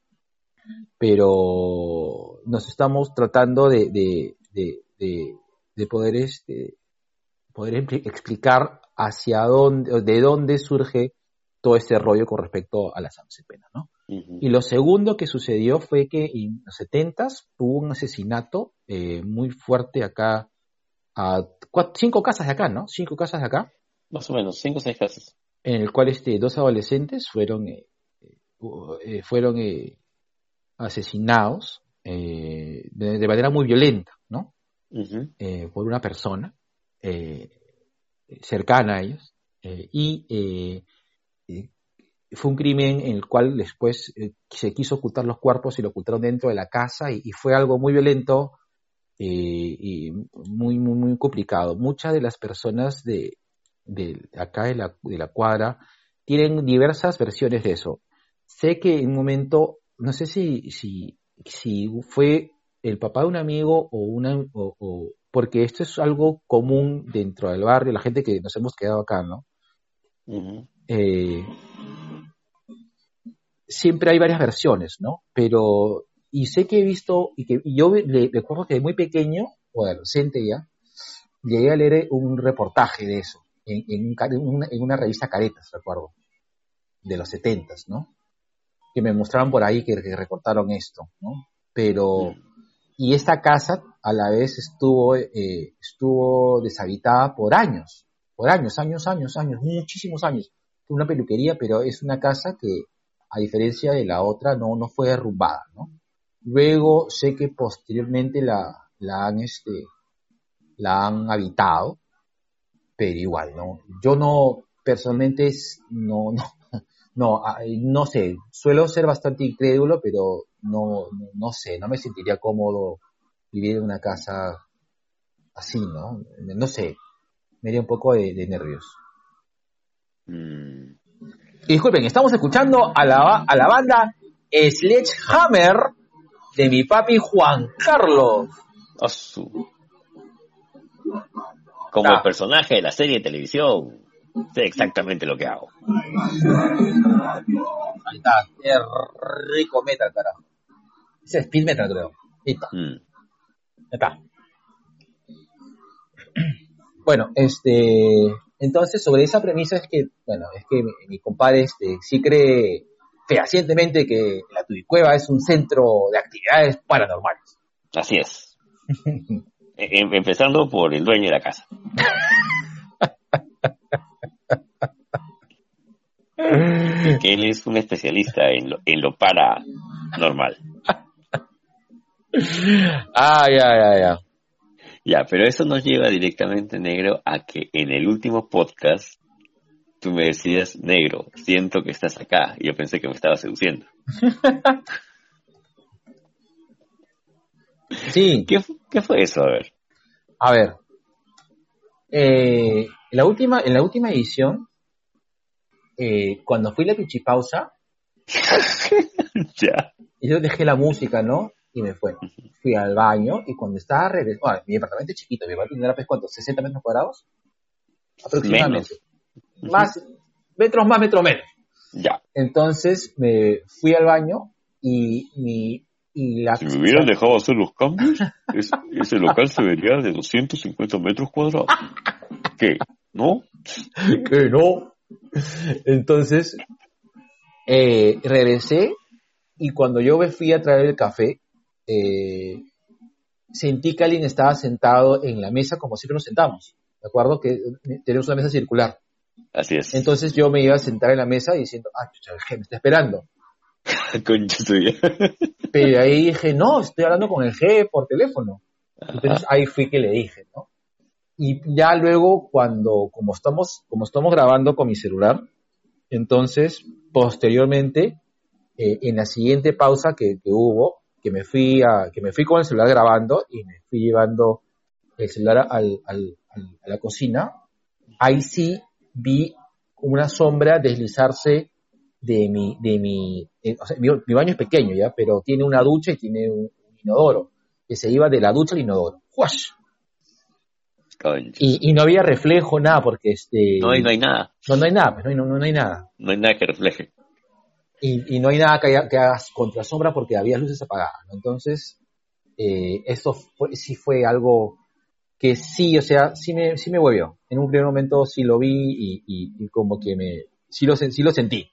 nos estamos tratando de poder explicar de dónde surge todo este rollo con respecto a la Sánchez Pena, ¿no? Y lo segundo que sucedió fue que en los 70s hubo un asesinato muy fuerte acá, a 5 casas de acá, ¿no? 5 casas de acá. Más o menos, 5 o 6 casas. En el cual 2 adolescentes fueron asesinados de manera muy violenta, ¿no? Por una persona cercana a ellos, y fue un crimen en el cual después se quiso ocultar los cuerpos y lo ocultaron dentro de la casa, y fue algo muy violento y muy, muy, muy complicado. Muchas de las personas de acá de la cuadra tienen diversas versiones de eso. Sé que en un momento, no sé si fue el papá de un amigo o porque esto es algo común dentro del barrio, la gente que nos hemos quedado acá, ¿no? Siempre hay varias versiones, ¿no? Pero, y sé que he visto, y yo recuerdo que de muy pequeño, o adolescente ya, llegué a leer un reportaje de eso, en una revista Caretas, recuerdo, de los 70s, ¿no? Que me mostraron por ahí que recortaron esto, ¿no? Pero, y esta casa a la vez estuvo deshabitada por años, muchísimos años. Fue una peluquería, pero es una casa que, a diferencia de la otra, no fue derrumbada, ¿no? Luego sé que posteriormente la han habitado, pero igual, ¿no? Yo personalmente no sé, suelo ser bastante incrédulo, pero no sé, no me sentiría cómodo vivir en una casa así, ¿no? No sé, me daría un poco de nervios. Y disculpen, estamos escuchando a la banda Sledgehammer de mi Juan Carlos. Como el personaje de la serie de televisión. Sé exactamente lo que hago. Ahí está, qué rico metal, carajo. Ese es speed metal, creo. Listo. Ahí está. Bueno, entonces sobre esa premisa es que mi compadre sí cree fehacientemente que la Tubicueva es un centro de actividades paranormales. Así es. Empezando por el dueño de la casa. Que él es un especialista en lo paranormal. Ya. Ya, pero eso nos lleva directamente, negro, a que en el último podcast tú me decías, negro, siento que estás acá. Y yo pensé que me estabas seduciendo. Sí. ¿Qué fue eso? A ver. En la última edición, cuando fui a la pichipausa, ya. yo dejé la música, ¿no? Y me fui al baño, y cuando estaba regresando, mi departamento es chiquito, mi departamento era, ¿cuánto? ¿60 metros cuadrados? Aproximadamente. Metros más, metros menos. Ya. Entonces me fui al baño y si me hubieran dejado hacer los cambios, ese local se vería de 250 metros cuadrados. ¿Qué? ¿No? ¿Qué no? Entonces regresé y cuando yo me fui a traer el café, sentí que alguien estaba sentado en la mesa como siempre nos sentamos, ¿de acuerdo? Que tenemos una mesa circular. Así es. Entonces yo me iba a sentar en la mesa diciendo, chucha, el jefe me está esperando. Concha tuya. Pero ahí dije, no, estoy hablando con el jefe por teléfono. Entonces ahí fui que le dije, ¿no? Y ya luego como estamos grabando con mi celular, entonces posteriormente, en la siguiente pausa que hubo, que me fui con el celular grabando y me fui llevando el celular a la cocina, ahí sí vi una sombra deslizarse de mi o sea, mi baño es pequeño ya, pero tiene una ducha y tiene un inodoro, que se iba de la ducha al inodoro. ¡Huash! Y no había reflejo, nada, porque no hay nada. No hay nada, pues, no hay nada. No hay nada que refleje. Y no hay nada que hagas contra sombra porque había luces apagadas, ¿no? Entonces, eso sí fue algo que sí, o sea, sí me huevió. En un primer momento sí lo vi y como que sí lo sentí.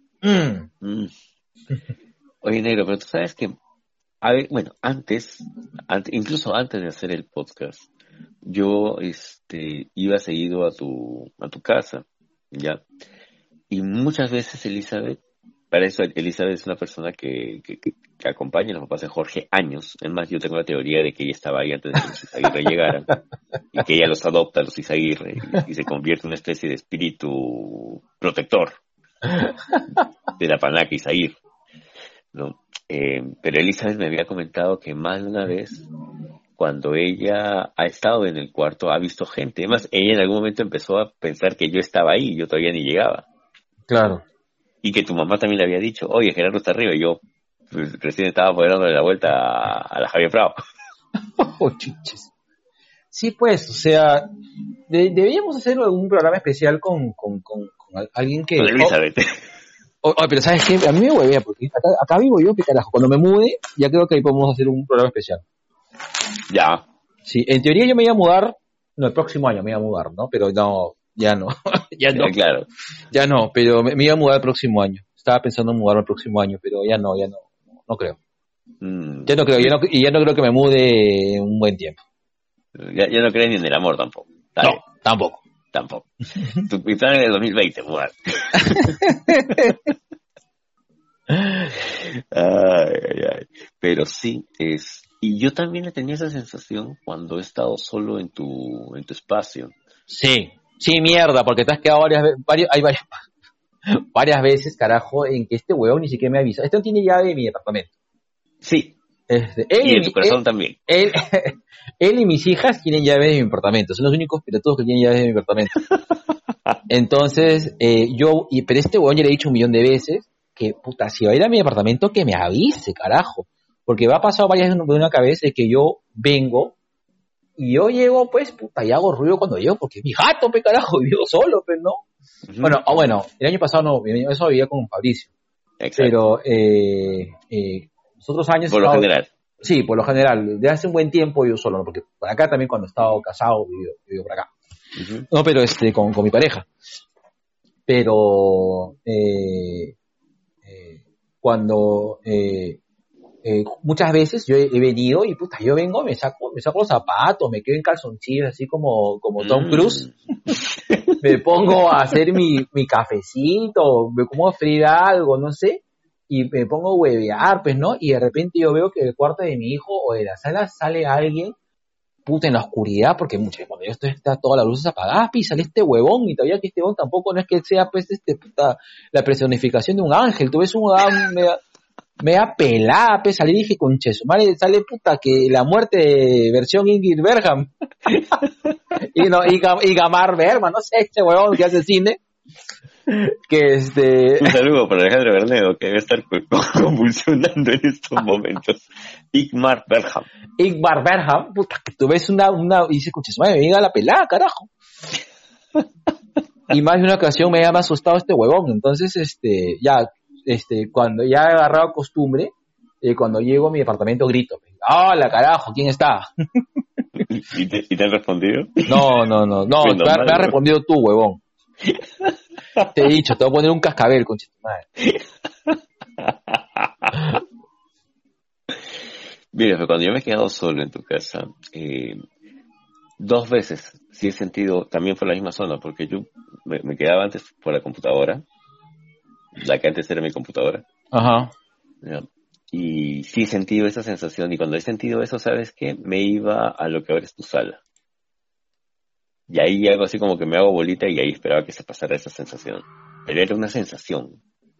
Oye, negro, pero tú sabes que, bueno, incluso antes de hacer el podcast, yo iba seguido a tu casa, ¿ya? Y muchas veces Elizabeth, para eso Elizabeth es una persona que acompaña a los papás de Jorge años. Es más, yo tengo la teoría de que ella estaba ahí antes de que los Izaguirre llegaran y que ella los adopta a los Izaguirre y se convierte en una especie de espíritu protector de la panaca Izaguirre, ¿no? Pero Elizabeth me había comentado que más de una vez, cuando ella ha estado en el cuarto, ha visto gente. Además, ella en algún momento empezó a pensar que yo estaba ahí y yo todavía ni llegaba. Claro. Y que tu mamá también le había dicho, oye, Gerardo está arriba, y yo recién estaba dándole la vuelta a la Javier Prado. Oh, chiches. Sí, pues, o sea, deberíamos hacer un programa especial con alguien que... Con Elizabeth. Pero ¿sabes qué? A mí me huevea, porque acá vivo yo, que carajo, cuando me mude, ya creo que ahí podemos hacer un programa especial. Ya. Sí, en teoría yo me iba a mudar, no, el próximo año me iba a mudar, ¿no? Pero no, ya no. Ya no. Claro. Ya no, pero me iba a mudar el próximo año. Estaba pensando en mudarme el próximo año, pero ya no creo. Ya no creo, ya no creo que me mude en un buen tiempo. Ya no crees ni en el amor tampoco. No, tampoco. Tu plan es el 2020, mudar. Ay. Pero sí, y yo también he tenido esa sensación cuando he estado solo en tu espacio. Sí, mierda, porque te has quedado varias veces, carajo, en que este huevón ni siquiera me avisa. Este no tiene llave de mi departamento. Sí. Y en tu corazón también. Él y mis hijas tienen llave de mi departamento. Son los únicos pelotudos que tienen llave de mi departamento. Entonces, pero este huevón ya le he dicho 1,000,000 de veces que, puta, si va a ir a mi departamento, que me avise, carajo. Porque me ha pasado varias veces de una cabeza de que yo vengo y yo llego, pues, puta, y hago ruido cuando llego, porque es mi gato, pe, carajo, y vivo solo, pues, ¿no? Uh-huh. Bueno, el año pasado no, eso vivía con Fabricio. Exacto. Pero, los otros años... Por lo general. Sí, por lo general. De hace un buen tiempo vivo solo, ¿no? Porque por acá también cuando he estado casado, vivo por acá. Uh-huh. No, pero con mi pareja. Pero, cuando... muchas veces yo he venido y puta, yo vengo, me saco los zapatos, me quedo en calzoncillos así como Tom Cruise, me pongo a hacer mi cafecito, me pongo a freír algo, no sé, y me pongo a huevear, pues, ¿no? Y de repente yo veo que del cuarto de mi hijo o de la sala sale alguien, puta, en la oscuridad, porque cuando yo está todas las luces apagadas, y sale este huevón, y todavía que este huevón tampoco no es que sea, pues, puta, la personificación de un ángel. Tú ves un me da pelada, pues, salí y dije, conche su madre, sale, puta, que la muerte versión Ingrid Bergman. y Gamar Bergman, no sé, este huevón que hace cine. Que Un saludo para Alejandro Bernedo, que debe estar convulsionando en estos momentos. Ingmar Bergman, puta, que tú ves una y dices, conche su madre, me diga la pelada, carajo. Y más de una ocasión me ha asustado este huevón, entonces, cuando ya he agarrado costumbre, cuando llego a mi departamento grito, ¡hola, carajo! ¿Quién está? ¿Y te han respondido? No, me has respondido tú, huevón. Te he dicho, te voy a poner un cascabel, concha tu madre. Mira, pero cuando yo me he quedado solo en tu casa, 2 veces sí he sentido, también por la misma zona, porque yo me quedaba antes por la computadora, la que antes era mi computadora. Ajá. ¿Ya? Y sí he sentido esa sensación, y cuando he sentido eso, ¿sabes qué? Me iba a lo que ahora es tu sala. Y ahí algo así como que me hago bolita y ahí esperaba que se pasara esa sensación. Pero era una sensación.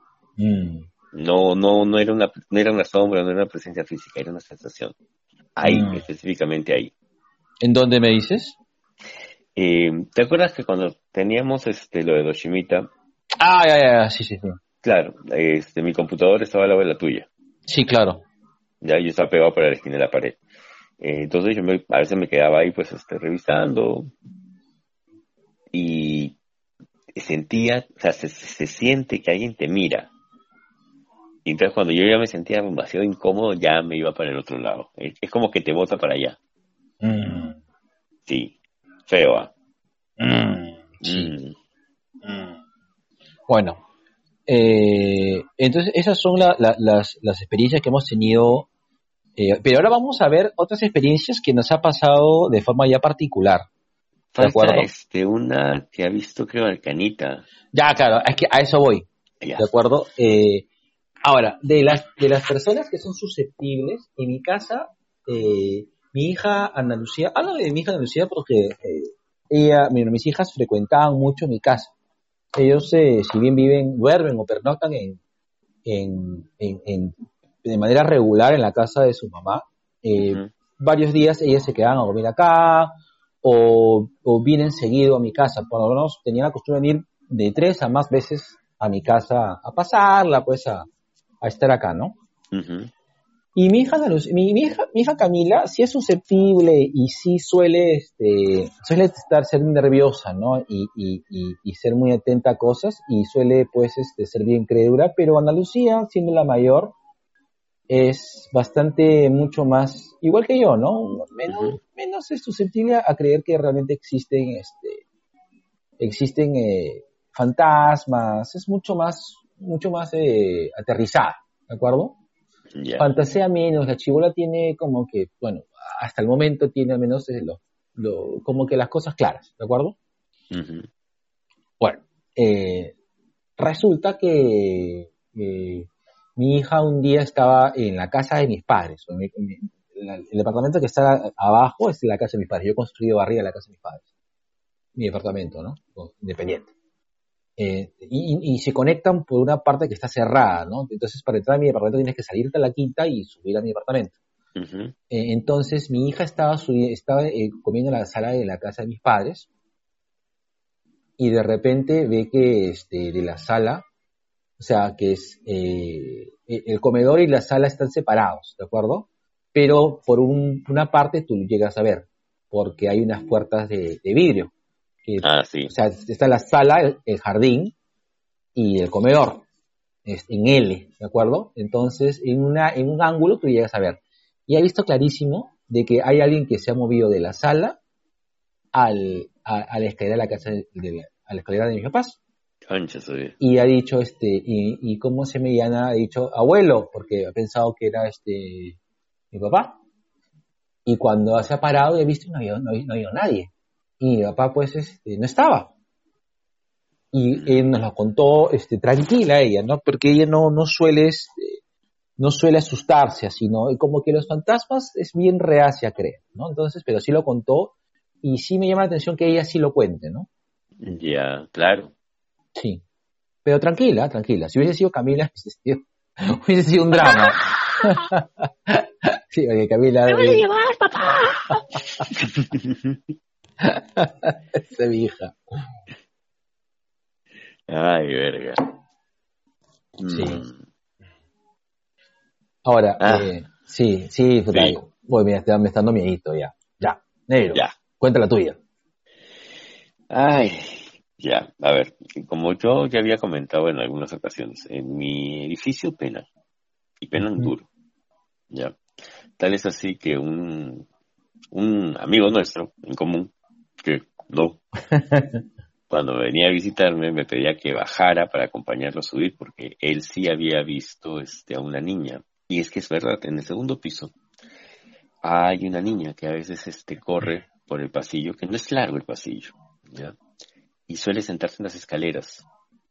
No era una sombra, no era una presencia física, era una sensación. Ahí, específicamente ahí. ¿En dónde me dices? ¿Te acuerdas que cuando teníamos lo de Doshimita? Ah, ya, sí. Claro, mi computador estaba al lado de la tuya. Sí, claro. Ya yo estaba pegado por la esquina de la pared. Entonces yo a veces me quedaba ahí pues revisando y sentía, o sea, se siente que alguien te mira. Y entonces cuando yo ya me sentía demasiado incómodo, ya me iba para el otro lado. Es como que te bota para allá. Sí, feo. Sí. Bueno, entonces esas son las experiencias que hemos tenido, pero ahora vamos a ver otras experiencias que nos ha pasado de forma ya particular. ¿De acuerdo? Una que ha visto, creo, Arcanita. Ya, claro, es que a eso voy. Ya. ¿De acuerdo? Ahora, de las personas que son susceptibles, en mi casa, mi hija Ana Lucía, hablo de mi hija Ana Lucía porque mis hijas frecuentaban mucho mi casa. Ellos, si bien duermen o pernoctan de manera regular en la casa de su mamá, varios días ellas se quedaban a dormir acá o vienen seguido a mi casa. Por lo menos tenían la costumbre de ir de 3 a más veces a mi casa a pasarla, pues a estar acá, ¿no? Y mi hija Camila sí es susceptible y sí suele ser muy nerviosa, ¿no? Y ser muy atenta a cosas y suele, pues, ser bien crédula, pero Ana Lucía, siendo la mayor, es mucho más, igual que yo, ¿no? Menos es susceptible a creer que realmente existen fantasmas, es mucho más aterrizada, ¿de acuerdo? Yeah. Fantasea menos, la chibola tiene como que, bueno, hasta el momento tiene al menos como que las cosas claras, ¿de acuerdo? Bueno, resulta que mi hija un día estaba en la casa de mis padres, el departamento que está abajo es la casa de mis padres, yo he construido arriba la casa de mis padres, mi departamento, ¿no? Independiente. Y se conectan por una parte que está cerrada, ¿no? Entonces, para entrar a mi departamento tienes que salirte a la quinta y subir a mi departamento. Entonces, mi hija estaba comiendo en la sala de la casa de mis padres y de repente ve que de la sala, o sea, que es el comedor y la sala están separados, ¿de acuerdo? Pero por una parte tú llegas a ver, porque hay unas puertas de vidrio. Sí. O sea, está la sala, el jardín y el comedor, en L, ¿de acuerdo? Entonces, en un ángulo tú llegas a ver. Y he visto clarísimo de que hay alguien que se ha movido de la sala a la escalera de la casa, a la escalera de mis papás. Y ha dicho, y cómo se me llama, ha dicho, abuelo, porque ha pensado que era mi papá. Y cuando se ha parado y he visto, no había nadie. Y mi papá, pues, no estaba. Y nos lo contó, tranquila ella, ¿no? Porque ella no suele asustarse así, ¿no? Y como que los fantasmas es bien reacia, creo, ¿no? Entonces, pero sí lo contó y sí me llama la atención que ella sí lo cuente, ¿no? Ya, claro. Sí. Pero tranquila. Si hubiese sido Camila, hubiese sido un drama. Sí, oye, Camila. ¡Me vas a llevar, papá! Esa es mi hija. Ay, verga. Sí. Ahora, sí, puta. Sí. Voy, mira, me está dando miedito ya. Ya, negro. Ya. Cuenta la tuya. Ay, ya. A ver, como yo ya había comentado en algunas ocasiones, en mi edificio penan. Y penan duro. Ya. Tal es así que un amigo nuestro en común, que no, cuando venía a visitarme me pedía que bajara para acompañarlo a subir porque él sí había visto a una niña. Y es que es verdad, en el segundo piso hay una niña que a veces corre por el pasillo, que no es largo el pasillo, ¿ya? Y suele sentarse en las escaleras.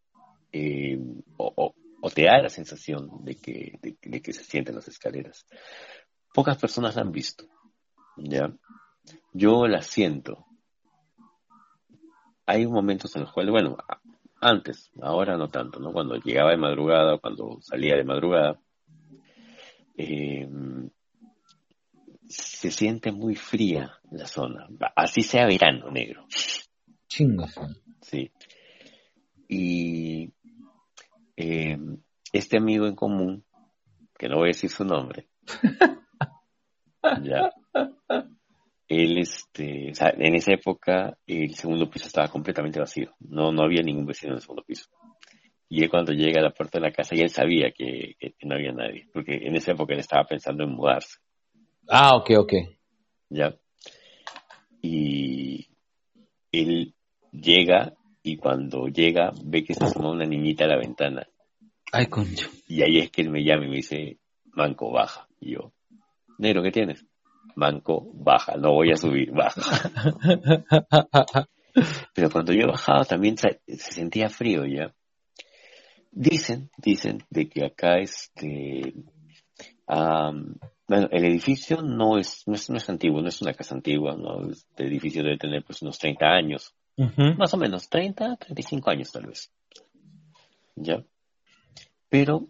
O te da la sensación de que se sienta en las escaleras. Pocas personas la han visto, ¿ya? Yo la siento. Hay momentos en los cuales, bueno, antes, ahora no tanto, ¿no? Cuando llegaba de madrugada o cuando salía de madrugada, se siente muy fría la zona. Así sea verano, negro. Chingas. Sí. Y este amigo en común, que no voy a decir su nombre, ya, él, o sea, en esa época el segundo piso estaba completamente vacío, no había ningún vecino en el segundo piso. Y él cuando llega a la puerta de la casa, ya él sabía que no había nadie, porque en esa época él estaba pensando en mudarse. Ah, ok. Ya. Y él llega, y cuando llega, ve que se asoma una niñita a la ventana. Ay, concho. Y ahí es que él me llama y me dice, Manco, baja. Y yo, negro, ¿qué tienes? Manco, baja, no voy a subir, baja. Pero cuando yo bajaba también se sentía frío ya. Dicen de que acá bueno, el edificio no es antiguo, no es una casa antigua, ¿no? Este edificio debe tener pues unos 30 años, más o menos, 35 años tal vez. ¿Ya? Pero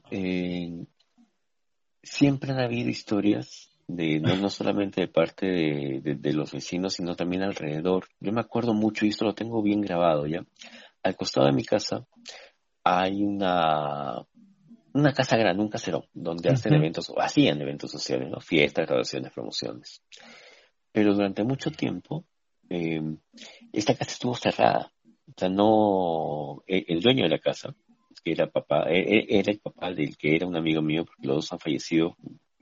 siempre han habido historias no solamente de parte de los vecinos, sino también alrededor. Yo me acuerdo mucho, y esto lo tengo bien grabado, ¿ya? Al costado de mi casa hay una casa grande, un caserón, donde hacían eventos sociales, ¿no? Fiestas, graduaciones, promociones. Pero durante mucho tiempo, esta casa estuvo cerrada. O sea, no, el dueño de la casa, que era era el papá del que era un amigo mío, porque los dos han fallecido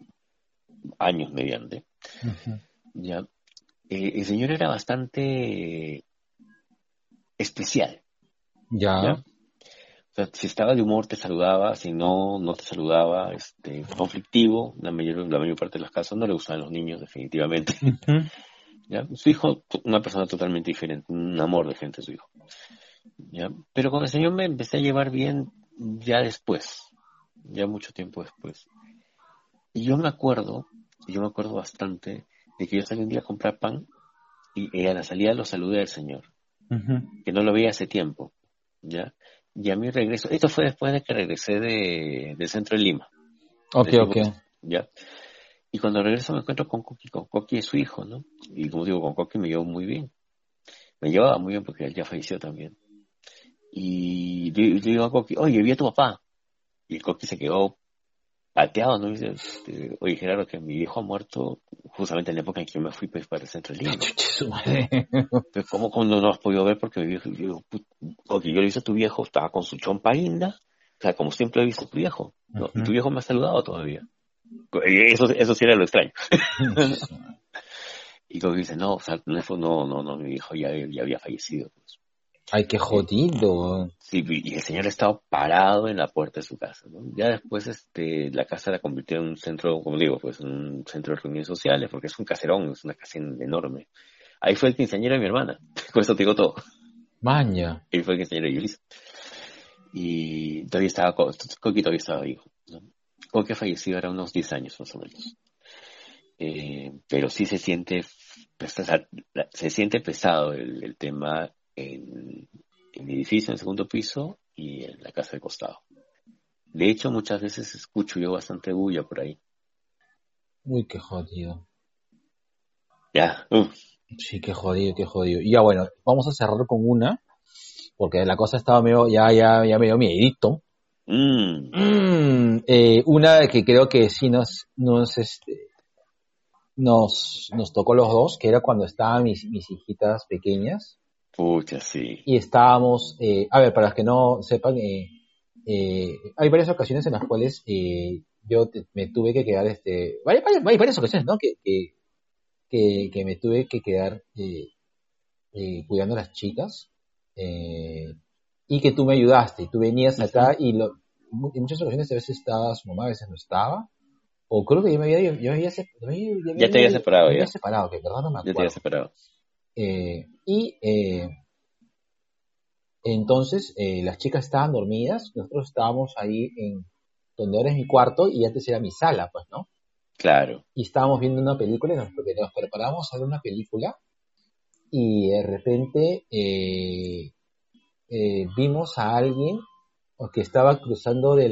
años mediante. Ya, el señor era bastante especial. Ya. O sea, si estaba de humor te saludaba, si no, no te saludaba, conflictivo, la mayor parte de los casos no le gustaban los niños, definitivamente. ¿Ya? Su hijo, una persona totalmente diferente, un amor de gente su hijo. ¿Ya? Pero con el señor me empecé a llevar bien ya después, ya mucho tiempo después. Y yo me acuerdo bastante de que yo salí un día a comprar pan y a la salida lo saludé al señor, que no lo veía hace tiempo, ¿ya? Y a mi regreso, esto fue después de que regresé del centro de Lima. Ok. ¿Ya? Y cuando regreso me encuentro con Coqui es su hijo, ¿no? Y como digo, con Coqui me llevo muy bien. Me llevaba muy bien porque él ya falleció también. Y le digo a Coqui, oye, vi a tu papá. Y el Coqui se quedó pateado, ¿no? Y dice, oye, Gerardo, que mi viejo ha muerto justamente en la época en que yo me fui pues, para el centro de Lima. Pero ¿cómo no lo has podido ver? Porque mi viejo, yo digo, Coqui, yo le he visto a tu viejo, estaba con su chompa inda, o sea, como siempre he visto a tu viejo, ¿no? Y tu viejo me ha saludado todavía. Eso sí era lo extraño. Y Coqui dice, no, o sea, no, mi viejo ya había fallecido. Pues. Ay, qué jodido. Sí, y el señor estaba parado en la puerta de su casa, ¿no? Ya después, la casa la convirtió en un centro, como digo, pues un centro de reuniones sociales, porque es un caserón, es una casa enorme. Ahí fue el quinceañero de mi hermana, con eso te digo todo. Maña. Ahí fue el quinceañero de Yulisa. Y todavía estaba, Coqui todavía estaba vivo, ¿no? Coqui ha fallecido ahora unos 10 años más o menos. Pero sí se siente pesado el tema en el edificio, en el segundo piso y en la casa de costado. De hecho, muchas veces escucho yo bastante bulla por ahí. Uy, qué jodido. Ya, Sí, qué jodido. Y ya bueno, vamos a cerrar con una, porque la cosa estaba medio, ya medio miedito. Una que creo que sí nos tocó los dos, que era cuando estaban mis hijitas pequeñas. Pucha, sí. Y estábamos, a ver, para los que no sepan, hay varias ocasiones en las cuales yo me tuve que quedar, hay varias ocasiones, ¿no? Que me tuve que quedar cuidando a las chicas. y que tú me ayudaste, y tú venías acá, y en muchas ocasiones a veces estaba su mamá, a veces no estaba, o creo que yo me había Ya te había separado, me ya. había separado, que de verdad no me Ya te acuerdo. había separado. Entonces las chicas estaban dormidas, nosotros estábamos ahí en donde ahora es mi cuarto y antes era mi sala, pues, ¿no? Claro. Y estábamos viendo una película y nos preparamos a ver una película y de repente vimos a alguien que estaba cruzando de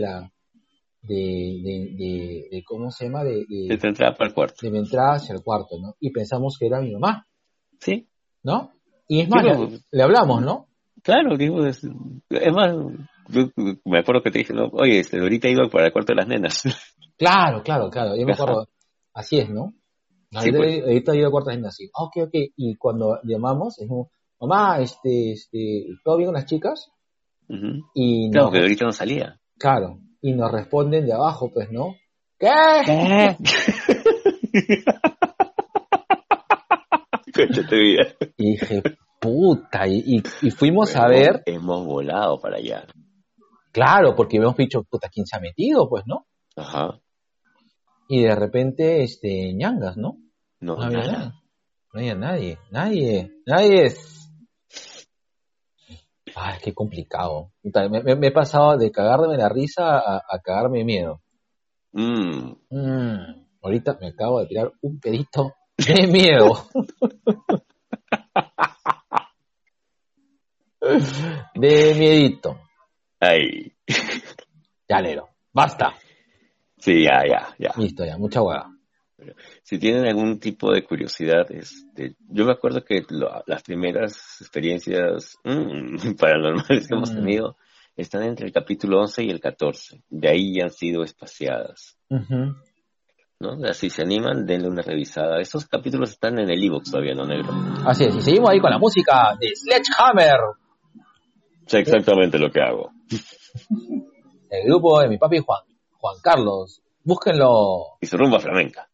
¿cómo se llama? De tu entrada para el cuarto. De mi entrada hacia el cuarto, ¿no? Y pensamos que era mi mamá. Sí. ¿No? Y es más, le hablamos, ¿no? Claro, digo, es más, yo me acuerdo que te dije, no, oye, ahorita he ido para el cuarto de las nenas. Claro, yo me acuerdo, así es, ¿no? Sí, pues. Ahorita he ido al cuarto de las nenas, así, ok, y cuando llamamos, es como, mamá, ¿todo bien con las chicas? Uh-huh. Y claro, que ahorita no salía. Claro, y nos responden de abajo, pues, ¿no? ¿Qué? Concha tu vida. Y dije, puta, y fuimos a ver. Hemos volado para allá. Claro, porque hemos dicho, puta, ¿quién se ha metido? Pues, ¿no? Ajá. Y de repente, ñangas, ¿no? No había nada. No había nadie. Ay, qué complicado. Me he pasado de cagarme la risa a cagarme de miedo. Ahorita me acabo de tirar un pedito de miedo. De miedito. Ay. Ya, Lero. Basta. Sí, ya. Listo, ya. Mucha hueá. Si tienen algún tipo de curiosidad, yo me acuerdo que las primeras experiencias paranormales que hemos tenido están entre el capítulo 11 y el 14. De ahí ya han sido espaciadas. Uh-huh. ¿No? Si se animan, denle una revisada. Esos capítulos están en el iVoox todavía, ¿no, negro? Así es, y seguimos ahí con la música de Sledgehammer. Es exactamente lo que hago. El grupo de mi papi Juan Carlos. Búsquenlo. Y su rumba flamenca.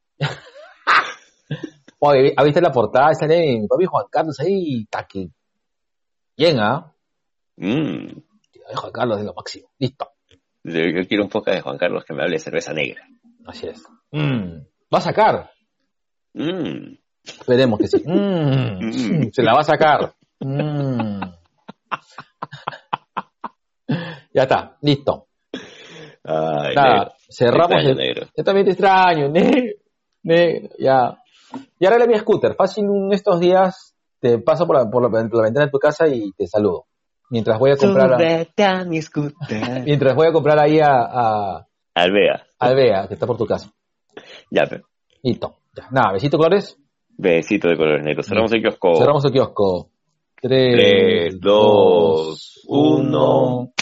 Oye, ¿has visto la portada? Sale mi papi Juan Carlos ahí, taque. Bien, ¿ah? Juan Carlos es lo máximo. Listo. Yo quiero un poco de Juan Carlos que me hable de cerveza negra. Así es. ¿Va a sacar? Esperemos que sí. Se la va a sacar. Ya está, listo. Ay, nada, cerramos extraño, negro. Yo también te extraño, negro, ya. Y ahora mi scooter, fácil estos días te paso por la ventana de tu casa y te saludo. Mientras voy a comprar mi scooter. Mientras voy a comprar ahí a Alvea, que está por tu casa. Ya, pero. Listo. Ya. Nada, besito colores. Besito de colores negros. Cerramos el kiosco. 3, 2, 1.